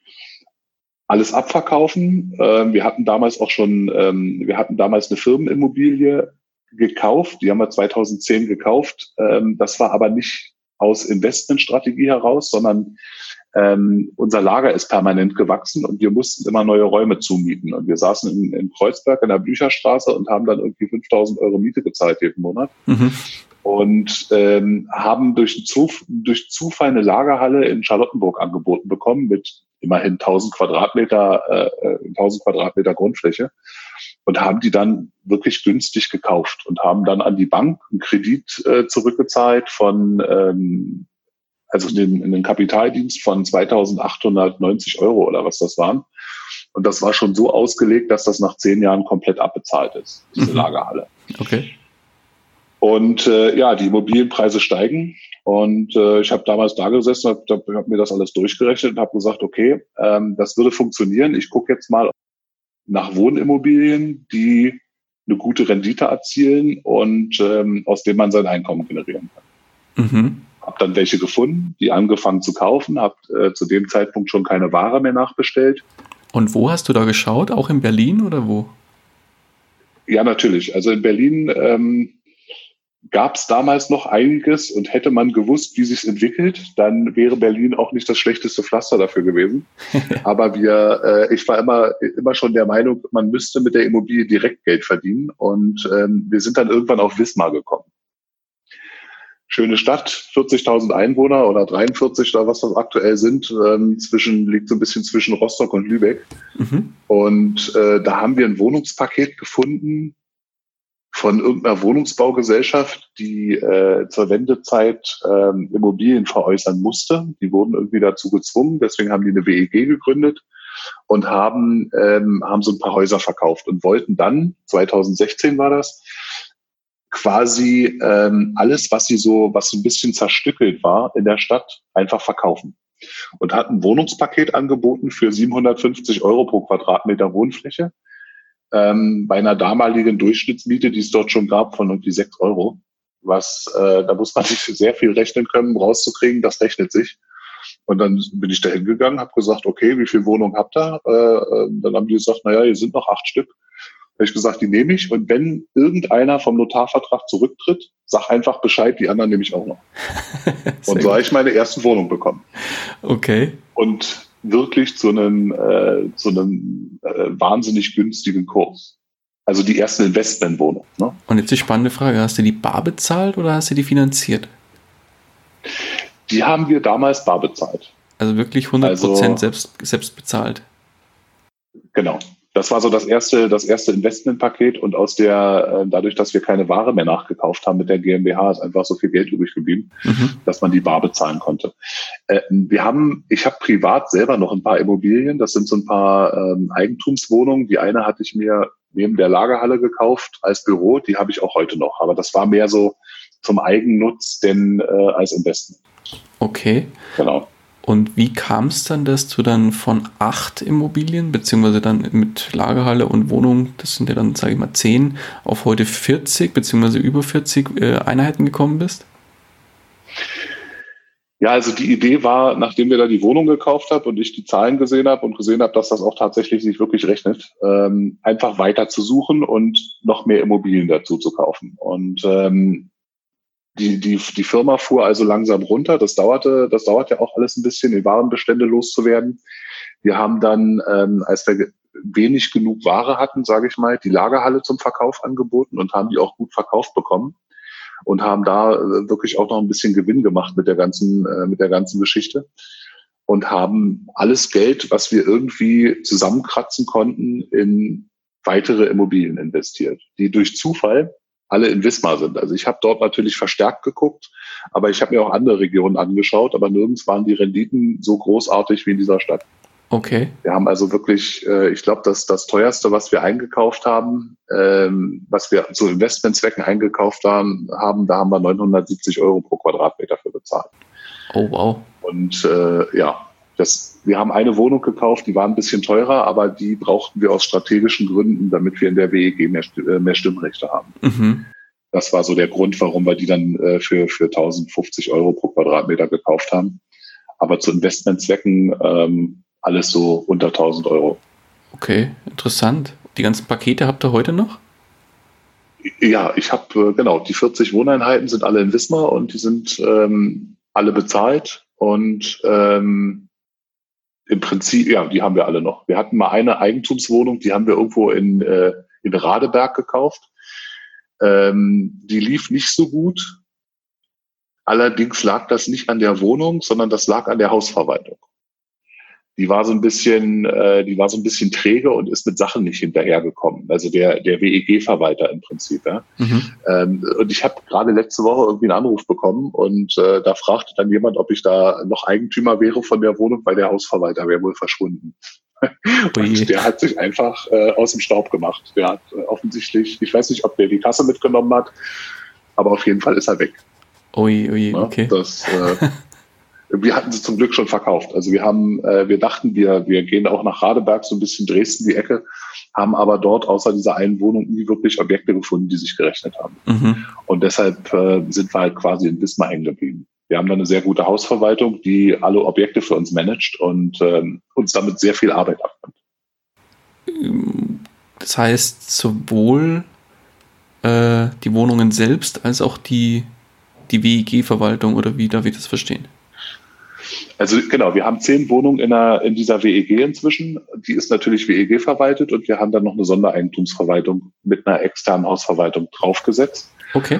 Alles abverkaufen. Ähm, wir hatten damals auch schon, ähm, wir hatten damals eine Firmenimmobilie gekauft, die haben wir zweitausendzehn gekauft. Ähm, das war aber nicht aus Investmentstrategie heraus, sondern ähm, unser Lager ist permanent gewachsen und wir mussten immer neue Räume zumieten. Und wir saßen in, in Kreuzberg in der Blücherstraße und haben dann irgendwie fünftausend Euro Miete gezahlt jeden Monat. Mhm. Und ähm, haben durch, Zuf- durch Zufall eine Lagerhalle in Charlottenburg angeboten bekommen mit immerhin tausend Quadratmeter, äh, tausend Quadratmeter Grundfläche. Und haben die dann wirklich günstig gekauft und haben dann an die Bank einen Kredit äh, zurückgezahlt von, ähm, also den, in den Kapitaldienst von zweitausendachthundertneunzig Euro oder was das waren. Und das war schon so ausgelegt, dass das nach zehn Jahren komplett abbezahlt ist, diese mhm. Lagerhalle. Okay. Und äh, ja, die Immobilienpreise steigen. Und äh, ich habe damals da gesessen, habe hab, hab mir das alles durchgerechnet und habe gesagt, okay, ähm, das würde funktionieren. Ich gucke jetzt mal nach Wohnimmobilien, die eine gute Rendite erzielen und ähm, aus denen man sein Einkommen generieren kann. Mhm. Habe dann welche gefunden, die angefangen zu kaufen, habe äh, zu dem Zeitpunkt schon keine Ware mehr nachbestellt. Und wo hast du da geschaut? Auch in Berlin oder wo? Ja, natürlich. Also in Berlin ähm, gab es damals noch einiges und hätte man gewusst, wie sich entwickelt, dann wäre Berlin auch nicht das schlechteste Pflaster dafür gewesen. Aber wir, äh, ich war immer immer schon der Meinung, man müsste mit der Immobilie direkt Geld verdienen und ähm, wir sind dann irgendwann auf Wismar gekommen. schöne Stadt, vierzigtausend Einwohner oder dreiundvierzig oder was das aktuell sind, ähm, zwischen, liegt so ein bisschen zwischen Rostock und Lübeck. Mhm. Und äh, da haben wir ein Wohnungspaket gefunden von irgendeiner Wohnungsbaugesellschaft, die äh, zur Wendezeit ähm, Immobilien veräußern musste. Die wurden irgendwie dazu gezwungen, deswegen haben die eine W E G gegründet und haben, ähm, haben so ein paar Häuser verkauft und wollten dann, zweitausendsechzehn war das, quasi ähm, alles, was sie so, was so ein bisschen zerstückelt war in der Stadt, einfach verkaufen. Und hatten ein Wohnungspaket angeboten für siebenhundertfünfzig Euro pro Quadratmeter Wohnfläche. Ähm, bei einer damaligen Durchschnittsmiete, die es dort schon gab, von irgendwie sechs Euro. Was, äh, da muss man sich sehr viel rechnen können, um rauszukriegen, das rechnet sich. Und dann bin ich da hingegangen, habe gesagt, okay, wie viel Wohnung habt ihr? Äh, dann haben die gesagt, naja, hier sind noch acht Stück. Da habe ich gesagt, die nehme ich. Und wenn irgendeiner vom Notarvertrag zurücktritt, sag einfach Bescheid, die anderen nehme ich auch noch. Und so habe ich meine erste Wohnung bekommen. Okay. Und wirklich zu einem, äh, zu einem äh, wahnsinnig günstigen Kurs. Also die erste Investmentwohnung. Ne? Und jetzt die spannende Frage, hast du die bar bezahlt oder hast du die finanziert? Die haben wir damals bar bezahlt. Also wirklich hundert Prozent also, selbst, selbst bezahlt? Genau. Das war so das erste, das erste Investmentpaket und aus der, dadurch, dass wir keine Ware mehr nachgekauft haben mit der GmbH, ist einfach so viel Geld übrig geblieben, mhm. dass man die bar bezahlen konnte. Wir haben, ich habe privat selber noch ein paar Immobilien. Das sind so ein paar ähm, Eigentumswohnungen. Die eine hatte ich mir neben der Lagerhalle gekauft als Büro. Die habe ich auch heute noch. Aber das war mehr so zum Eigennutz denn äh, als Investment. Okay. Genau. Und wie kam es dann, dass du dann von acht Immobilien, beziehungsweise dann mit Lagerhalle und Wohnung, das sind ja dann, sage ich mal, zehn, auf heute vierzig, beziehungsweise über vierzig äh, Einheiten gekommen bist? Ja, also die Idee war, nachdem wir da die Wohnung gekauft haben und ich die Zahlen gesehen habe und gesehen habe, dass das auch tatsächlich sich wirklich rechnet, ähm, einfach weiter zu suchen und noch mehr Immobilien dazu zu kaufen. Und ähm, Die, die, die Firma fuhr also langsam runter. Das dauerte, das dauert ja auch alles ein bisschen, die Warenbestände loszuwerden. Wir haben dann, ähm, als wir wenig genug Ware hatten, sage ich mal, die Lagerhalle zum Verkauf angeboten und haben die auch gut verkauft bekommen und haben da äh, wirklich auch noch ein bisschen Gewinn gemacht mit der ganzen, äh, mit der ganzen Geschichte und haben alles Geld, was wir irgendwie zusammenkratzen konnten, in weitere Immobilien investiert, die durch Zufall alle in Wismar sind. Also ich habe dort natürlich verstärkt geguckt, aber ich habe mir auch andere Regionen angeschaut, aber nirgends waren die Renditen so großartig wie in dieser Stadt. Okay. Wir haben also wirklich, äh, ich glaube, dass das teuerste, was wir eingekauft haben, ähm, was wir zu Investmentzwecken eingekauft haben, haben, da haben wir neunhundertsiebzig Euro pro Quadratmeter für bezahlt. Oh, wow. Und äh, ja, das, wir haben eine Wohnung gekauft, die war ein bisschen teurer, aber die brauchten wir aus strategischen Gründen, damit wir in der W E G mehr, mehr Stimmrechte haben. Mhm. Das war so der Grund, warum wir die dann äh, für, für eintausendfünfzig Euro pro Quadratmeter gekauft haben. Aber zu Investmentzwecken ähm, alles so unter tausend Euro. Okay, interessant. Die ganzen Pakete habt ihr heute noch? Ja, ich habe, äh, genau, die vierzig Wohneinheiten sind alle in Wismar und die sind ähm, alle bezahlt und ähm, im Prinzip, ja, die haben wir alle noch. Wir hatten mal eine Eigentumswohnung, die haben wir irgendwo in, äh, in Radeberg gekauft. Ähm, die lief nicht so gut. Allerdings lag das nicht an der Wohnung, sondern das lag an der Hausverwaltung. Die war so ein bisschen, äh, die war so ein bisschen träge und ist mit Sachen nicht hinterhergekommen. Also der der W E G-Verwalter im Prinzip. Ja. Mhm. Ähm, und ich habe gerade letzte Woche irgendwie einen Anruf bekommen und äh, da fragte dann jemand, ob ich da noch Eigentümer wäre von der Wohnung, weil der Hausverwalter wäre wohl verschwunden. Und der hat sich einfach äh, aus dem Staub gemacht. Der hat äh, offensichtlich, ich weiß nicht, ob der die Kasse mitgenommen hat, aber auf jeden Fall ist er weg. Ui, ui, okay. Ja, das, äh, wir hatten sie zum Glück schon verkauft. Also wir haben, äh, wir dachten, wir, wir gehen auch nach Radeberg, so ein bisschen Dresden die Ecke, haben aber dort außer dieser einen Wohnung nie wirklich Objekte gefunden, die sich gerechnet haben. Mhm. Und deshalb äh, sind wir halt quasi in Wismar hängen geblieben. Wir haben da eine sehr gute Hausverwaltung, die alle Objekte für uns managt und ähm, uns damit sehr viel Arbeit abnimmt. Das heißt, sowohl äh, die Wohnungen selbst als auch die, die W E G-Verwaltung, oder wie darf ich das verstehen? Also genau, wir haben zehn Wohnungen in, einer, in dieser W E G inzwischen. Die ist natürlich W E G verwaltet und wir haben dann noch eine Sondereigentumsverwaltung mit einer externen Hausverwaltung draufgesetzt. Okay.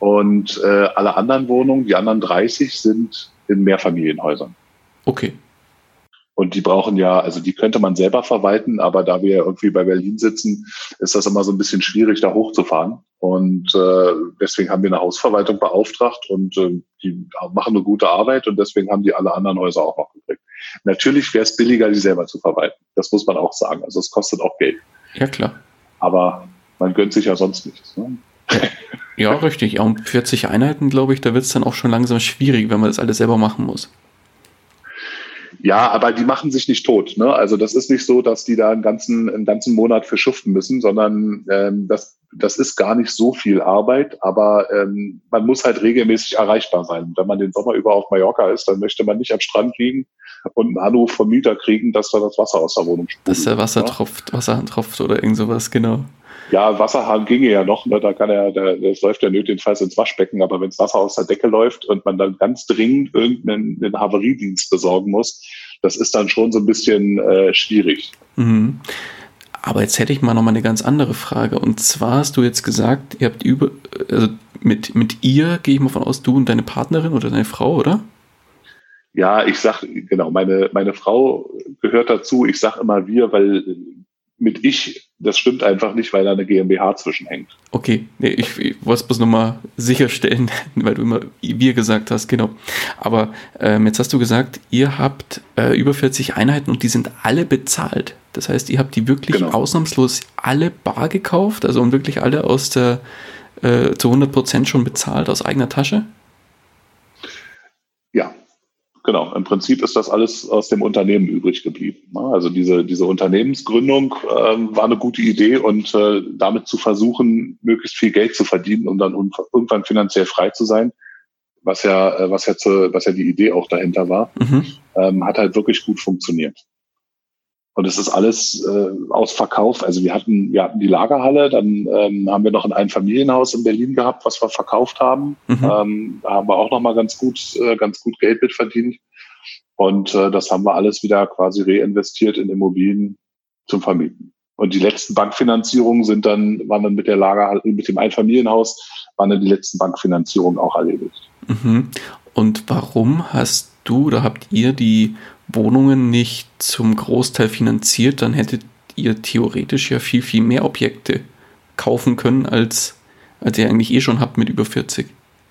Und äh, alle anderen Wohnungen, die anderen dreißig, sind in Mehrfamilienhäusern. Okay. Und die brauchen ja, also die könnte man selber verwalten, aber da wir irgendwie bei Berlin sitzen, ist das immer so ein bisschen schwierig, da hochzufahren. Und äh, deswegen haben wir eine Hausverwaltung beauftragt und äh, die machen eine gute Arbeit und deswegen haben die alle anderen Häuser auch noch gekriegt. Natürlich wäre es billiger, die selber zu verwalten. Das muss man auch sagen. Also es kostet auch Geld. Ja, klar. Aber man gönnt sich ja sonst nichts. Ne? Ja, richtig. Um vierzig Einheiten, glaube ich, da wird es dann auch schon langsam schwierig, wenn man das alles selber machen muss. Ja, aber die machen sich nicht tot. Ne? Also das ist nicht so, dass die da einen ganzen, einen ganzen Monat für schuften müssen, sondern ähm, das, das ist gar nicht so viel Arbeit. Aber ähm, man muss halt regelmäßig erreichbar sein. Wenn man den Sommer über auf Mallorca ist, dann möchte man nicht am Strand liegen und einen Anruf vom Mieter kriegen, dass da das Wasser aus der Wohnung sprudelt. Dass der Wasser tropft, Wasserhahn tropft oder irgend sowas, genau. Ja, Wasserhahn ginge ja noch, ne? Da kann er, der, das läuft ja nötigenfalls ins Waschbecken, aber wenn das Wasser aus der Decke läuft und man dann ganz dringend irgendeinen einen Havariedienst besorgen muss, das ist dann schon so ein bisschen äh, schwierig. Mhm. Aber jetzt hätte ich mal noch mal eine ganz andere Frage. Und zwar hast du jetzt gesagt, ihr habt über, also mit, mit ihr, gehe ich mal von aus, du und deine Partnerin oder deine Frau, oder? Ja, ich sag, genau, meine, meine Frau gehört dazu. Ich sag immer wir, weil mit ich, das stimmt einfach nicht, weil da eine GmbH zwischenhängt. Okay, nee, ich, ich wollte es bloß nochmal sicherstellen, weil du immer wir gesagt hast, genau. Aber ähm, jetzt hast du gesagt, ihr habt äh, über vierzig Einheiten und die sind alle bezahlt. Das heißt, ihr habt die wirklich genau. ausnahmslos alle bar gekauft, also und wirklich alle aus der äh, zu hundert Prozent schon bezahlt aus eigener Tasche? Ja. Genau, im Prinzip ist das alles aus dem Unternehmen übrig geblieben. Also diese, diese Unternehmensgründung ähm, war eine gute Idee und äh, damit zu versuchen, möglichst viel Geld zu verdienen, um dann irgendwann finanziell frei zu sein, was ja, äh, was ja, zu, was ja die Idee auch dahinter war, mhm. ähm, hat halt wirklich gut funktioniert. Und es ist alles äh, aus Verkauf. Also wir hatten, wir hatten die Lagerhalle, dann ähm, haben wir noch ein Einfamilienhaus in Berlin gehabt, was wir verkauft haben. Mhm. Ähm, da haben wir auch noch mal ganz gut, äh, ganz gut Geld mit verdient. Und äh, das haben wir alles wieder quasi reinvestiert in Immobilien zum Vermieten. Und die letzten Bankfinanzierungen sind dann, waren dann mit der Lagerhalle, mit dem Einfamilienhaus, waren dann die letzten Bankfinanzierungen auch erledigt. Mhm. Und warum hast du oder habt ihr die Wohnungen nicht zum Großteil finanziert? Dann hättet ihr theoretisch ja viel, viel mehr Objekte kaufen können, als, als ihr eigentlich eh schon habt mit über vierzig.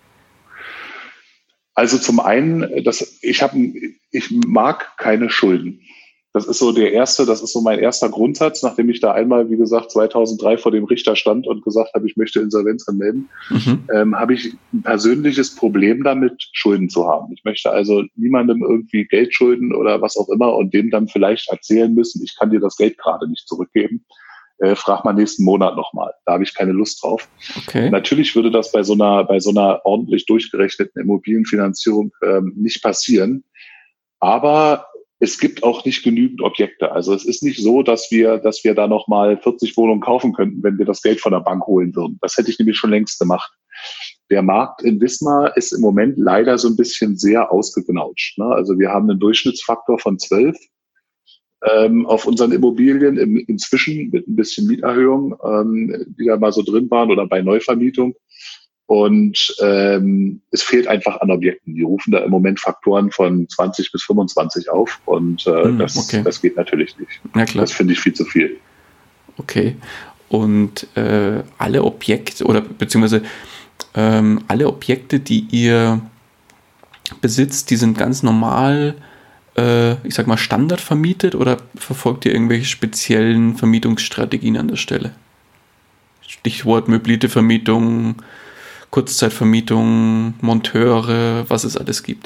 Also zum einen, das, ich, hab, ich mag keine Schulden. Das ist so der erste, das ist so mein erster Grundsatz, nachdem ich da einmal, wie gesagt, zweitausenddrei vor dem Richter stand und gesagt habe, ich möchte Insolvenz anmelden, mhm. ähm, habe ich ein persönliches Problem damit, Schulden zu haben. Ich möchte also niemandem irgendwie Geld schulden oder was auch immer und dem dann vielleicht erzählen müssen, ich kann dir das Geld gerade nicht zurückgeben. Äh, frag mal nächsten Monat nochmal. Da habe ich keine Lust drauf. Okay. Natürlich würde das bei so einer, bei so einer ordentlich durchgerechneten Immobilienfinanzierung ähm, nicht passieren. Aber es gibt auch nicht genügend Objekte. Also es ist nicht so, dass wir, dass wir da nochmal vierzig Wohnungen kaufen könnten, wenn wir das Geld von der Bank holen würden. Das hätte ich nämlich schon längst gemacht. Der Markt in Wismar ist im Moment leider so ein bisschen sehr ausgeknautscht. Ne? Also wir haben einen Durchschnittsfaktor von zwölf ähm, auf unseren Immobilien im, inzwischen mit ein bisschen Mieterhöhung, ähm, die da mal so drin waren oder bei Neuvermietung. Und ähm, es fehlt einfach an Objekten. Die rufen da im Moment Faktoren von zwanzig bis fünfundzwanzig auf und äh, hm, das, okay. das geht natürlich nicht. Ja, klar. Das finde ich viel zu viel. Okay. Und äh, alle Objekte oder beziehungsweise ähm, alle Objekte, die ihr besitzt, die sind ganz normal, äh, ich sag mal, Standard vermietet oder verfolgt ihr irgendwelche speziellen Vermietungsstrategien an der Stelle? Stichwort möblierte Vermietung, Kurzzeitvermietung, Monteure, was es alles gibt.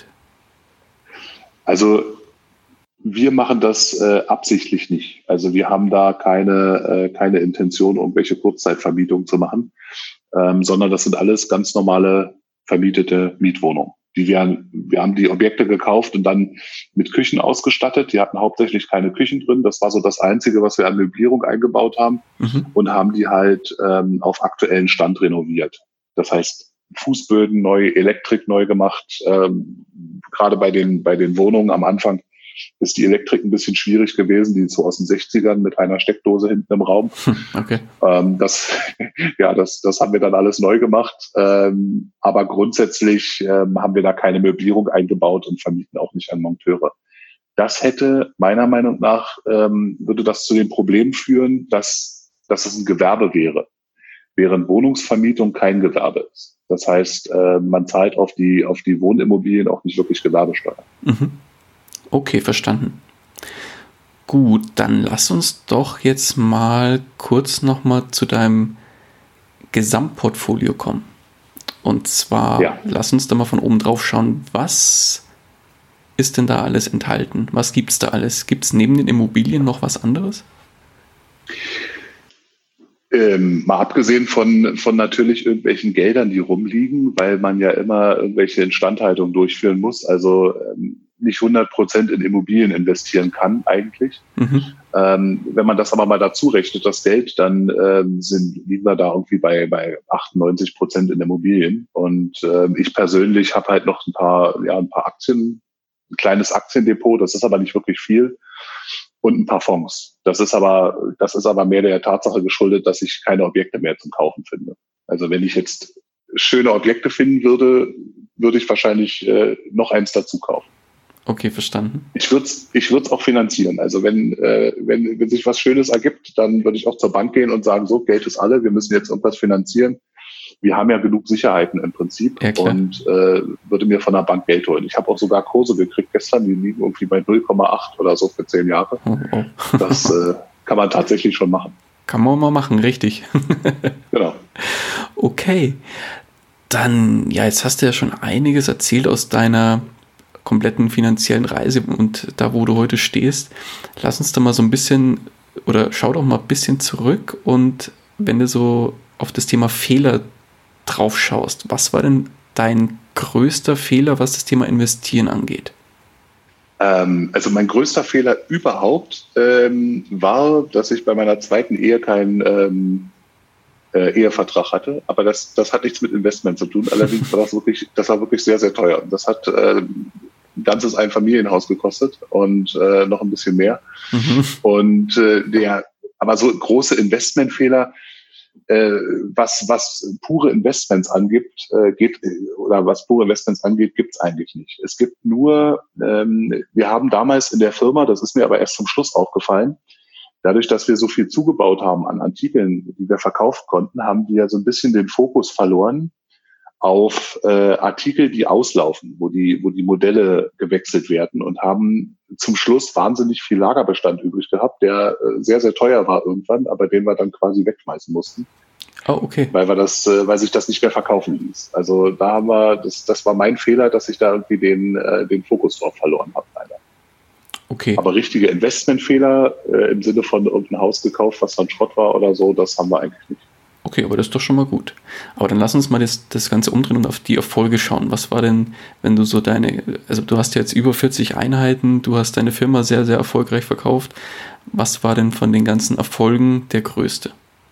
Also wir machen das äh, absichtlich nicht. Also wir haben da keine, äh, keine Intention, irgendwelche Kurzzeitvermietungen zu machen, ähm, sondern das sind alles ganz normale vermietete Mietwohnungen. Die wir, wir haben die Objekte gekauft und dann mit Küchen ausgestattet. Die hatten hauptsächlich keine Küchen drin. Das war so das Einzige, was wir an Möblierung eingebaut haben, mhm. und haben die halt ähm, auf aktuellen Stand renoviert. Das heißt, Fußböden neu, Elektrik neu gemacht. Ähm, gerade bei den, bei den Wohnungen am Anfang ist die Elektrik ein bisschen schwierig gewesen, die ist so aus den sechzigern mit einer Steckdose hinten im Raum. Okay. Ähm, das, ja, das, das haben wir dann alles neu gemacht. Ähm, aber grundsätzlich ähm, haben wir da keine Möblierung eingebaut und vermieten auch nicht an Monteure. Das hätte meiner Meinung nach, ähm, würde das zu dem Problem führen, dass, dass es ein Gewerbe wäre, während Wohnungsvermietung kein Gewerbe ist. Das heißt, äh, man zahlt auf die, auf die Wohnimmobilien auch nicht wirklich Gewerbesteuer. Mhm. Okay, verstanden. Gut, dann lass uns doch jetzt mal kurz nochmal zu deinem Gesamtportfolio kommen. Und zwar, ja. lass uns da mal von oben drauf schauen, was ist denn da alles enthalten? Was gibt es da alles? Gibt es neben den Immobilien noch was anderes? Ähm, mal abgesehen von, von natürlich irgendwelchen Geldern, die rumliegen, weil man ja immer irgendwelche Instandhaltungen durchführen muss, also ähm, nicht hundert Prozent in Immobilien investieren kann eigentlich. Mhm. Ähm, wenn man das aber mal dazu rechnet, das Geld, dann ähm, sind, liegen wir da irgendwie bei, bei achtundneunzig Prozent in Immobilien. Und ähm, ich persönlich habe halt noch ein paar, ja, ein paar Aktien, ein kleines Aktiendepot, das ist aber nicht wirklich viel. Und ein paar Fonds. Das ist aber, das ist aber mehr der Tatsache geschuldet, dass ich keine Objekte mehr zum Kaufen finde. Also wenn ich jetzt schöne Objekte finden würde, würde ich wahrscheinlich äh, noch eins dazu kaufen. Okay, verstanden. Ich würde es ich würd's auch finanzieren. Also wenn, äh, wenn, wenn sich was Schönes ergibt, dann würde ich auch zur Bank gehen und sagen, so, Geld ist alle, wir müssen jetzt irgendwas finanzieren. Wir haben ja genug Sicherheiten im Prinzip, ja, und äh, würde mir von der Bank Geld holen. Ich habe auch sogar Kurse gekriegt gestern, die liegen irgendwie bei null Komma acht oder so für zehn Jahre. Oh, oh. Das äh, kann man tatsächlich schon machen. Kann man mal machen, richtig. Genau. Okay, dann, ja, jetzt hast du ja schon einiges erzählt aus deiner kompletten finanziellen Reise und da, wo du heute stehst. Lass uns da mal so ein bisschen, oder schau doch mal ein bisschen zurück, und wenn du so auf das Thema Fehler drauf schaust, was war denn dein größter Fehler, was das Thema Investieren angeht? Ähm, also mein größter Fehler überhaupt ähm, war, dass ich bei meiner zweiten Ehe keinen ähm, äh, Ehevertrag hatte. Aber das, das hat nichts mit Investment zu tun. Allerdings war das wirklich, das war wirklich sehr, sehr teuer. Das hat äh, ein ganzes Einfamilienhaus gekostet und äh, noch ein bisschen mehr. Mhm. Und äh, der, aber so große Investmentfehler, Äh, was, was pure Investments angibt, äh, geht, oder was pure Investments angeht, gibt's eigentlich nicht. Es gibt nur, ähm, wir haben damals in der Firma, das ist mir aber erst zum Schluss aufgefallen, dadurch, dass wir so viel zugebaut haben an Artikeln, die wir verkaufen konnten, haben wir so ein bisschen den Fokus verloren auf äh, Artikel, die auslaufen, wo die, wo die Modelle gewechselt werden, und haben zum Schluss wahnsinnig viel Lagerbestand übrig gehabt, der äh, sehr, sehr teuer war irgendwann, aber den wir dann quasi wegschmeißen mussten. Oh, okay. Weil wir das, äh, weil sich das nicht mehr verkaufen ließ. Also da haben wir, das, das war mein Fehler, dass ich da irgendwie den, äh, den Fokus drauf verloren habe, leider. Okay. Aber richtige Investmentfehler äh, im Sinne von irgendein Haus gekauft, was dann Schrott war oder so, das haben wir eigentlich nicht. Okay, aber das ist doch schon mal gut. Aber dann lass uns mal das, das Ganze umdrehen und auf die Erfolge schauen. Was war denn, wenn du so deine, also du hast ja jetzt über vierzig Einheiten, du hast deine Firma sehr, sehr erfolgreich verkauft. Was war denn von den ganzen Erfolgen der größte?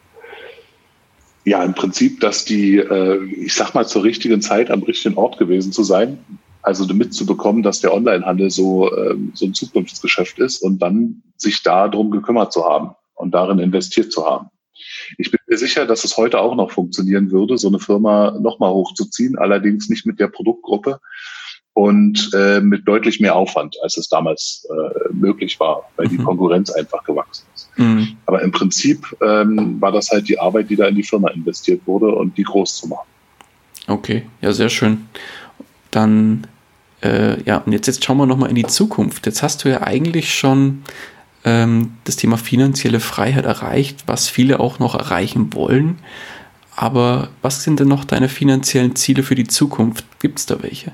Ja, im Prinzip, dass die, äh, ich sag mal, zur richtigen Zeit am richtigen Ort gewesen zu sein. Also mitzubekommen, dass der Onlinehandel so, äh, so ein Zukunftsgeschäft ist und dann sich darum gekümmert zu haben und darin investiert zu haben. Ich bin mir sicher, dass es heute auch noch funktionieren würde, so eine Firma nochmal hochzuziehen, allerdings nicht mit der Produktgruppe und äh, mit deutlich mehr Aufwand, als es damals äh, möglich war, weil mhm. die Konkurrenz einfach gewachsen ist. Mhm. Aber im Prinzip ähm, war das halt die Arbeit, die da in die Firma investiert wurde, und die groß zu machen. Okay, ja, sehr schön. Dann, äh, ja, und jetzt, jetzt schauen wir nochmal in die Zukunft. Jetzt hast du ja eigentlich schon das Thema finanzielle Freiheit erreicht, was viele auch noch erreichen wollen. Aber was sind denn noch deine finanziellen Ziele für die Zukunft? Gibt es da welche?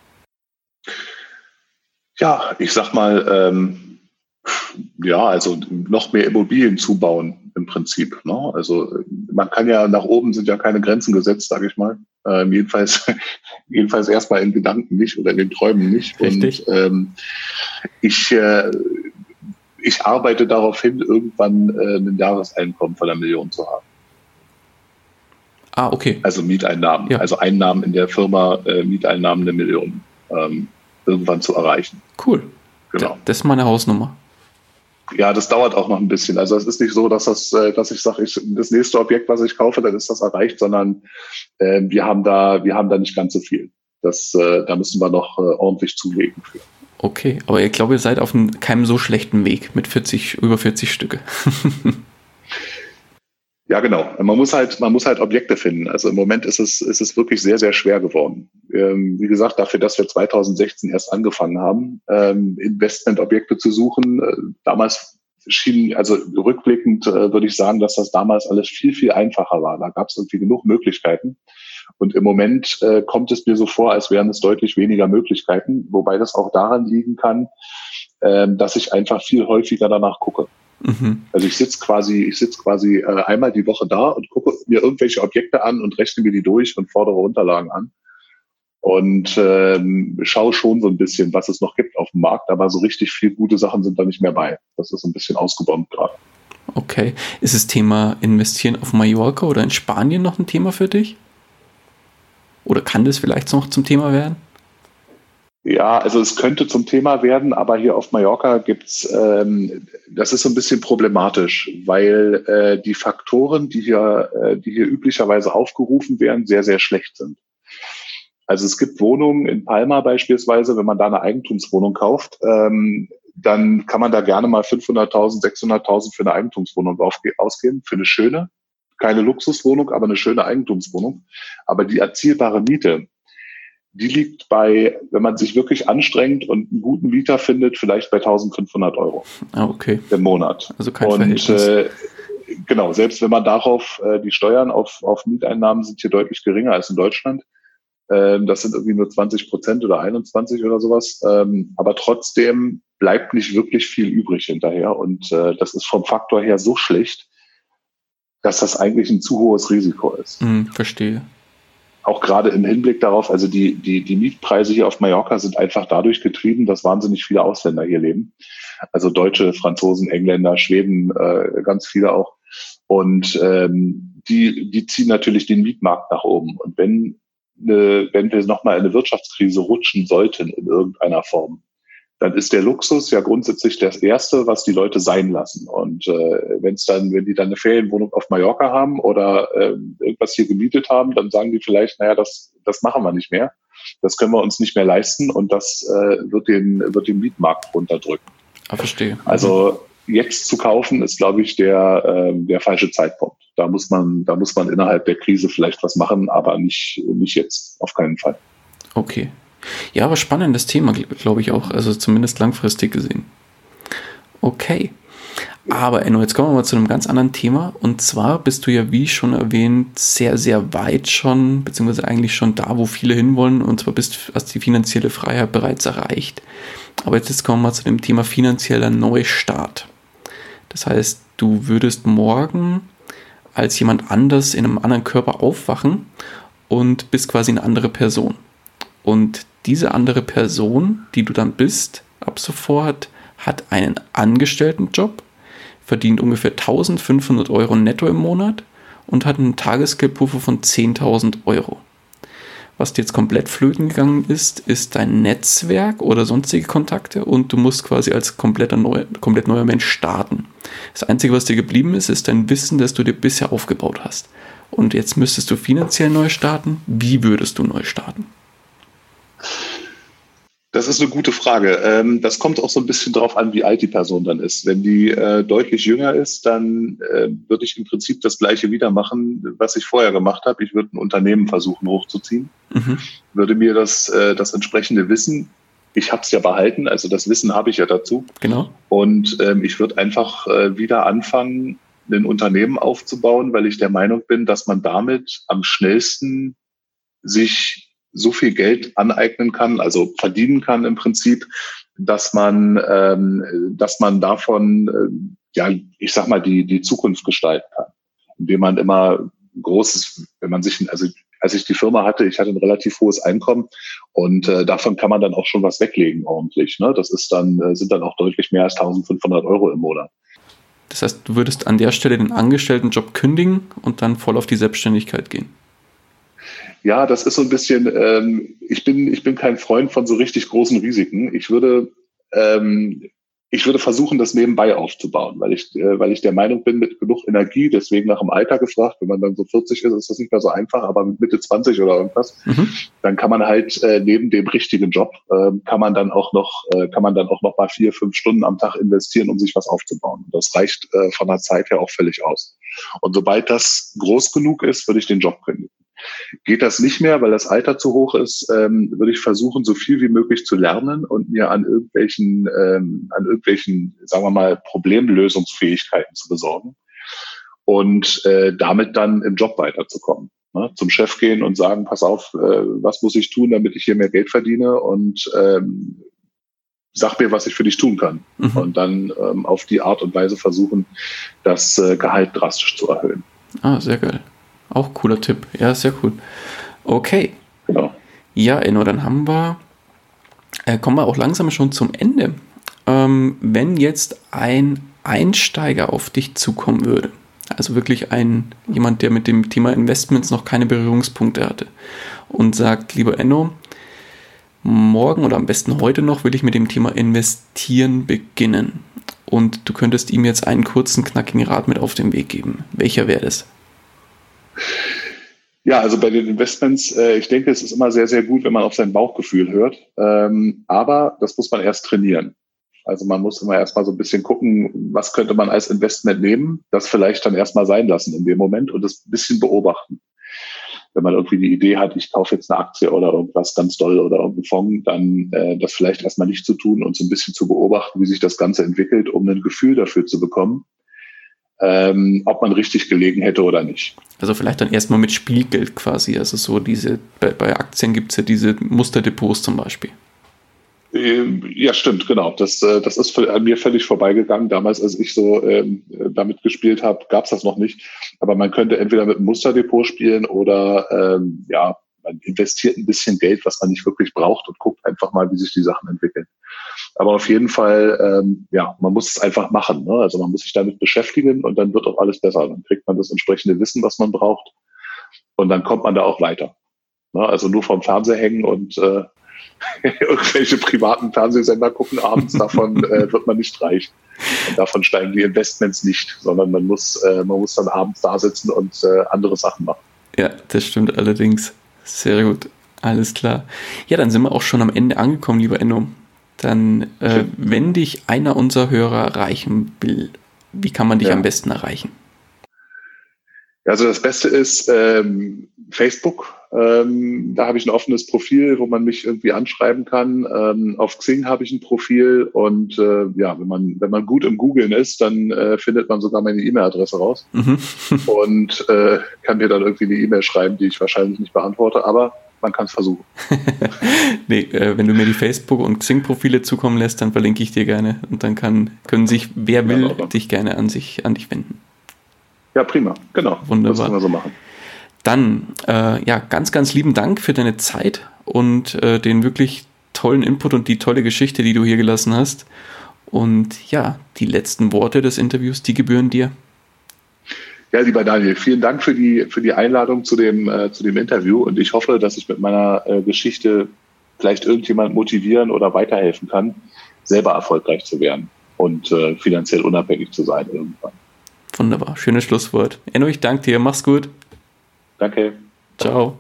Ja, ich sag mal, ähm, ja, also noch mehr Immobilien zubauen im Prinzip. Ne? Also man kann ja, nach oben sind ja keine Grenzen gesetzt, sage ich mal. Ähm, jedenfalls, jedenfalls erstmal in Gedanken nicht oder in den Träumen nicht. Richtig. Und ähm, ich äh, Ich arbeite darauf hin, irgendwann äh, ein Jahreseinkommen von einer Million zu haben. Ah, okay. Also Mieteinnahmen. Ja. Also Einnahmen in der Firma, äh, Mieteinnahmen eine Million ähm, irgendwann zu erreichen. Cool. Genau. Das ist meine Hausnummer. Ja, das dauert auch noch ein bisschen. Also es ist nicht so, dass das, dass ich sage, ich, das nächste Objekt, was ich kaufe, dann ist das erreicht, sondern äh, wir haben da, wir haben da nicht ganz so viel. Das, äh, da müssen wir noch äh, ordentlich zulegen für. Okay, aber ich glaube, ihr seid auf einem, keinem so schlechten Weg mit vierzig, über vierzig Stücke. Ja, genau. Man muss halt, man muss halt Objekte finden. Also im Moment ist es, ist es wirklich sehr, sehr schwer geworden. Ähm, wie gesagt, dafür, dass wir zwanzig sechzehn erst angefangen haben, ähm, Investmentobjekte zu suchen. Äh, damals schien, also rückblickend äh, würde ich sagen, dass das damals alles viel, viel einfacher war. Da gab es irgendwie genug Möglichkeiten. Und im Moment äh, kommt es mir so vor, als wären es deutlich weniger Möglichkeiten, wobei das auch daran liegen kann, äh, dass ich einfach viel häufiger danach gucke. Mhm. Also ich sitze quasi, ich sitze quasi äh, einmal die Woche da und gucke mir irgendwelche Objekte an und rechne mir die durch und fordere Unterlagen an und ähm, schaue schon so ein bisschen, was es noch gibt auf dem Markt, aber so richtig viel gute Sachen sind da nicht mehr bei. Das ist ein bisschen ausgebombt gerade. Okay. Ist das Thema Investieren auf Mallorca oder in Spanien noch ein Thema für dich? Oder kann das vielleicht noch zum Thema werden? Ja, also es könnte zum Thema werden, aber hier auf Mallorca gibt's, ähm, das ist so ein bisschen problematisch, weil äh, die Faktoren, die hier, äh, die hier üblicherweise aufgerufen werden, sehr, sehr schlecht sind. Also es gibt Wohnungen in Palma beispielsweise, wenn man da eine Eigentumswohnung kauft, ähm, dann kann man da gerne mal fünfhunderttausend, sechshunderttausend für eine Eigentumswohnung aufge- ausgeben, für eine schöne, keine Luxuswohnung, aber eine schöne Eigentumswohnung. Aber die erzielbare Miete, die liegt bei, wenn man sich wirklich anstrengt und einen guten Mieter findet, vielleicht bei eintausendfünfhundert Euro ah, okay. im Monat. Also kein und Verhältnis. Äh, genau, selbst wenn man darauf, äh, die Steuern auf, auf Mieteinnahmen sind hier deutlich geringer als in Deutschland. Ähm, das sind irgendwie nur zwanzig Prozent oder einundzwanzig oder sowas. Ähm, aber trotzdem bleibt nicht wirklich viel übrig hinterher. Und äh, das ist vom Faktor her so schlecht, dass das eigentlich ein zu hohes Risiko ist. Mm, verstehe. Auch gerade im Hinblick darauf, also die, die, die Mietpreise hier auf Mallorca sind einfach dadurch getrieben, dass wahnsinnig viele Ausländer hier leben. Also Deutsche, Franzosen, Engländer, Schweden, äh, ganz viele auch. Und ähm, die, die ziehen natürlich den Mietmarkt nach oben. Und wenn, eine, wenn wir nochmal in eine Wirtschaftskrise rutschen sollten in irgendeiner Form, dann ist der Luxus ja grundsätzlich das Erste, was die Leute sein lassen. Und äh, wenn es dann, wenn die dann eine Ferienwohnung auf Mallorca haben oder äh, irgendwas hier gemietet haben, dann sagen die vielleicht, naja, das, das machen wir nicht mehr. Das können wir uns nicht mehr leisten und das äh, wird den, wird den Mietmarkt runterdrücken. Ah, verstehe. Also jetzt zu kaufen ist, glaube ich, der, äh, der falsche Zeitpunkt. Da muss man, da muss man innerhalb der Krise vielleicht was machen, aber nicht, nicht jetzt, auf keinen Fall. Okay. Ja, aber spannendes Thema, glaube ich auch, also zumindest langfristig gesehen. Okay. Aber Enno, jetzt kommen wir mal zu einem ganz anderen Thema. Und zwar bist du ja, wie schon erwähnt, sehr, sehr weit schon, beziehungsweise eigentlich schon da, wo viele hinwollen. Und zwar bist, hast die finanzielle Freiheit bereits erreicht. Aber jetzt kommen wir mal zu dem Thema finanzieller Neustart. Das heißt, du würdest morgen als jemand anders in einem anderen Körper aufwachen und bist quasi eine andere Person. Und diese andere Person, die du dann bist, ab sofort, hat einen Angestelltenjob, verdient ungefähr eintausendfünfhundert Euro netto im Monat und hat einen Tagesgeldpuffer von zehntausend Euro. Was dir jetzt komplett flöten gegangen ist, ist dein Netzwerk oder sonstige Kontakte und du musst quasi als kompletter neu, komplett neuer Mensch starten. Das Einzige, was dir geblieben ist, ist dein Wissen, das du dir bisher aufgebaut hast. Und jetzt müsstest du finanziell neu starten. Wie würdest du neu starten? Das ist eine gute Frage. Das kommt auch so ein bisschen darauf an, wie alt die Person dann ist. Wenn die äh, deutlich jünger ist, dann äh, würde ich im Prinzip das Gleiche wieder machen, was ich vorher gemacht habe. Ich würde ein Unternehmen versuchen hochzuziehen, mhm. würde mir das, äh, das entsprechende Wissen, ich habe es ja behalten, also das Wissen habe ich ja dazu. Genau. Und ähm, ich würde einfach äh, wieder anfangen, ein Unternehmen aufzubauen, weil ich der Meinung bin, dass man damit am schnellsten sich so viel Geld aneignen kann, also verdienen kann im Prinzip, dass man, ähm, dass man davon, äh, ja, ich sag mal, die die Zukunft gestalten kann, indem man immer großes, wenn man sich, also als ich die Firma hatte, ich hatte ein relativ hohes Einkommen und äh, davon kann man dann auch schon was weglegen ordentlich. Ne? Das ist dann äh, sind dann auch deutlich mehr als eintausendfünfhundert Euro im Monat. Das heißt, du würdest an der Stelle den Angestelltenjob kündigen und dann voll auf die Selbstständigkeit gehen. Ja, das ist so ein bisschen, ähm, ich bin, ich bin kein Freund von so richtig großen Risiken. Ich würde ähm, ich würde versuchen, das nebenbei aufzubauen, weil ich, äh, weil ich der Meinung bin, mit genug Energie, deswegen nach dem Alter gefragt, wenn man dann so vierzig ist, ist das nicht mehr so einfach, aber mit Mitte zwanzig oder irgendwas, mhm. dann kann man halt äh, neben dem richtigen Job, äh, kann man dann auch noch, äh, kann man dann auch noch mal vier, fünf Stunden am Tag investieren, um sich was aufzubauen. Das reicht äh, von der Zeit her auch völlig aus. Und sobald das groß genug ist, würde ich den Job kündigen. Geht das nicht mehr, weil das Alter zu hoch ist, ähm, würde ich versuchen, so viel wie möglich zu lernen und mir an irgendwelchen, ähm, an irgendwelchen, sagen wir mal, Problemlösungsfähigkeiten zu besorgen und äh, damit dann im Job weiterzukommen. Ne? Zum Chef gehen und sagen, pass auf, äh, was muss ich tun, damit ich hier mehr Geld verdiene und ähm, sag mir, was ich für dich tun kann. Mhm. Und dann ähm, auf die Art und Weise versuchen, das äh, Gehalt drastisch zu erhöhen. Ah, sehr geil. Auch cooler Tipp. Ja, sehr cool. Okay. Genau. Ja, Enno, dann haben wir, äh, kommen wir auch langsam schon zum Ende. Ähm, wenn jetzt ein Einsteiger auf dich zukommen würde, also wirklich ein jemand, der mit dem Thema Investments noch keine Berührungspunkte hatte und sagt, lieber Enno, morgen oder am besten heute noch will ich mit dem Thema Investieren beginnen und du könntest ihm jetzt einen kurzen, knackigen Rat mit auf den Weg geben. Welcher wäre das? Ja, also bei den Investments, äh, ich denke, es ist immer sehr, sehr gut, wenn man auf sein Bauchgefühl hört. Ähm, aber das muss man erst trainieren. Also man muss immer erstmal so ein bisschen gucken, was könnte man als Investment nehmen, das vielleicht dann erstmal sein lassen in dem Moment und das ein bisschen beobachten. Wenn man irgendwie die Idee hat, ich kaufe jetzt eine Aktie oder irgendwas ganz doll oder irgendeinen Fonds, dann äh, das vielleicht erstmal nicht zu tun und so ein bisschen zu beobachten, wie sich das Ganze entwickelt, um ein Gefühl dafür zu bekommen, Ähm, ob man richtig gelegen hätte oder nicht. Also vielleicht dann erstmal mit Spielgeld quasi, also so diese, bei, bei Aktien gibt es ja diese Musterdepots zum Beispiel. Ähm, ja, stimmt, genau. Das, äh, das ist an mir völlig vorbeigegangen. Damals, als ich so ähm, damit gespielt habe, gab es das noch nicht. Aber man könnte entweder mit einem Musterdepot spielen oder ähm, ja, man investiert ein bisschen Geld, was man nicht wirklich braucht und guckt einfach mal, wie sich die Sachen entwickeln. Aber auf jeden Fall, ähm, ja, man muss es einfach machen. Ne? Also man muss sich damit beschäftigen und dann wird auch alles besser. Dann kriegt man das entsprechende Wissen, was man braucht. Und dann kommt man da auch weiter. Ne? Also nur vom Fernseher hängen und äh, irgendwelche privaten Fernsehsender gucken abends, davon äh, wird man nicht reich. Und davon steigen die Investments nicht, sondern man muss, äh, man muss dann abends da sitzen und äh, andere Sachen machen. Ja, das stimmt allerdings. Sehr gut. Alles klar. Ja, dann sind wir auch schon am Ende angekommen, lieber Enno. Dann, äh, wenn dich einer unserer Hörer erreichen will, wie kann man dich ja. am besten erreichen? Also das Beste ist ähm, Facebook. Ähm, da habe ich ein offenes Profil, wo man mich irgendwie anschreiben kann. Ähm, auf Xing habe ich ein Profil und äh, ja, wenn man wenn man gut im Googlen ist, dann äh, findet man sogar meine E-Mail-Adresse raus mhm. und äh, kann mir dann irgendwie eine E-Mail schreiben, die ich wahrscheinlich nicht beantworte, aber man kann es versuchen. nee, äh, wenn du mir die Facebook- und Xing-Profile zukommen lässt, dann verlinke ich dir gerne und dann kann können sich, wer will, ja, dich gerne an sich an dich wenden. Ja, prima. Genau. Wunderbar. Das können wir so machen. Dann, äh, ja, ganz, ganz lieben Dank für deine Zeit und äh, den wirklich tollen Input und die tolle Geschichte, die du hier gelassen hast. Und ja, die letzten Worte des Interviews, die gebühren dir. Ja, lieber Daniel, vielen Dank für die, für die Einladung zu dem, äh, zu dem Interview. Und ich hoffe, dass ich mit meiner äh, Geschichte vielleicht irgendjemand motivieren oder weiterhelfen kann, selber erfolgreich zu werden und äh, finanziell unabhängig zu sein irgendwann. Wunderbar, schönes Schlusswort. Enno, ich danke dir, mach's gut. Danke. Ciao.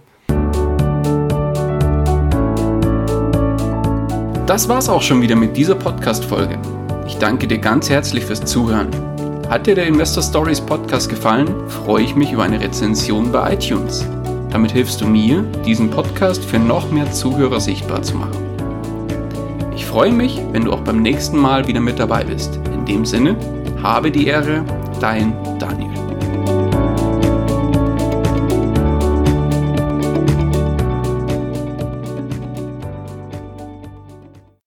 Das war's auch schon wieder mit dieser Podcast-Folge. Ich danke dir ganz herzlich fürs Zuhören. Hat dir der Investor Stories Podcast gefallen, freue ich mich über eine Rezension bei iTunes. Damit hilfst du mir, diesen Podcast für noch mehr Zuhörer sichtbar zu machen. Ich freue mich, wenn du auch beim nächsten Mal wieder mit dabei bist. In dem Sinne, habe die Ehre, dein Daniel.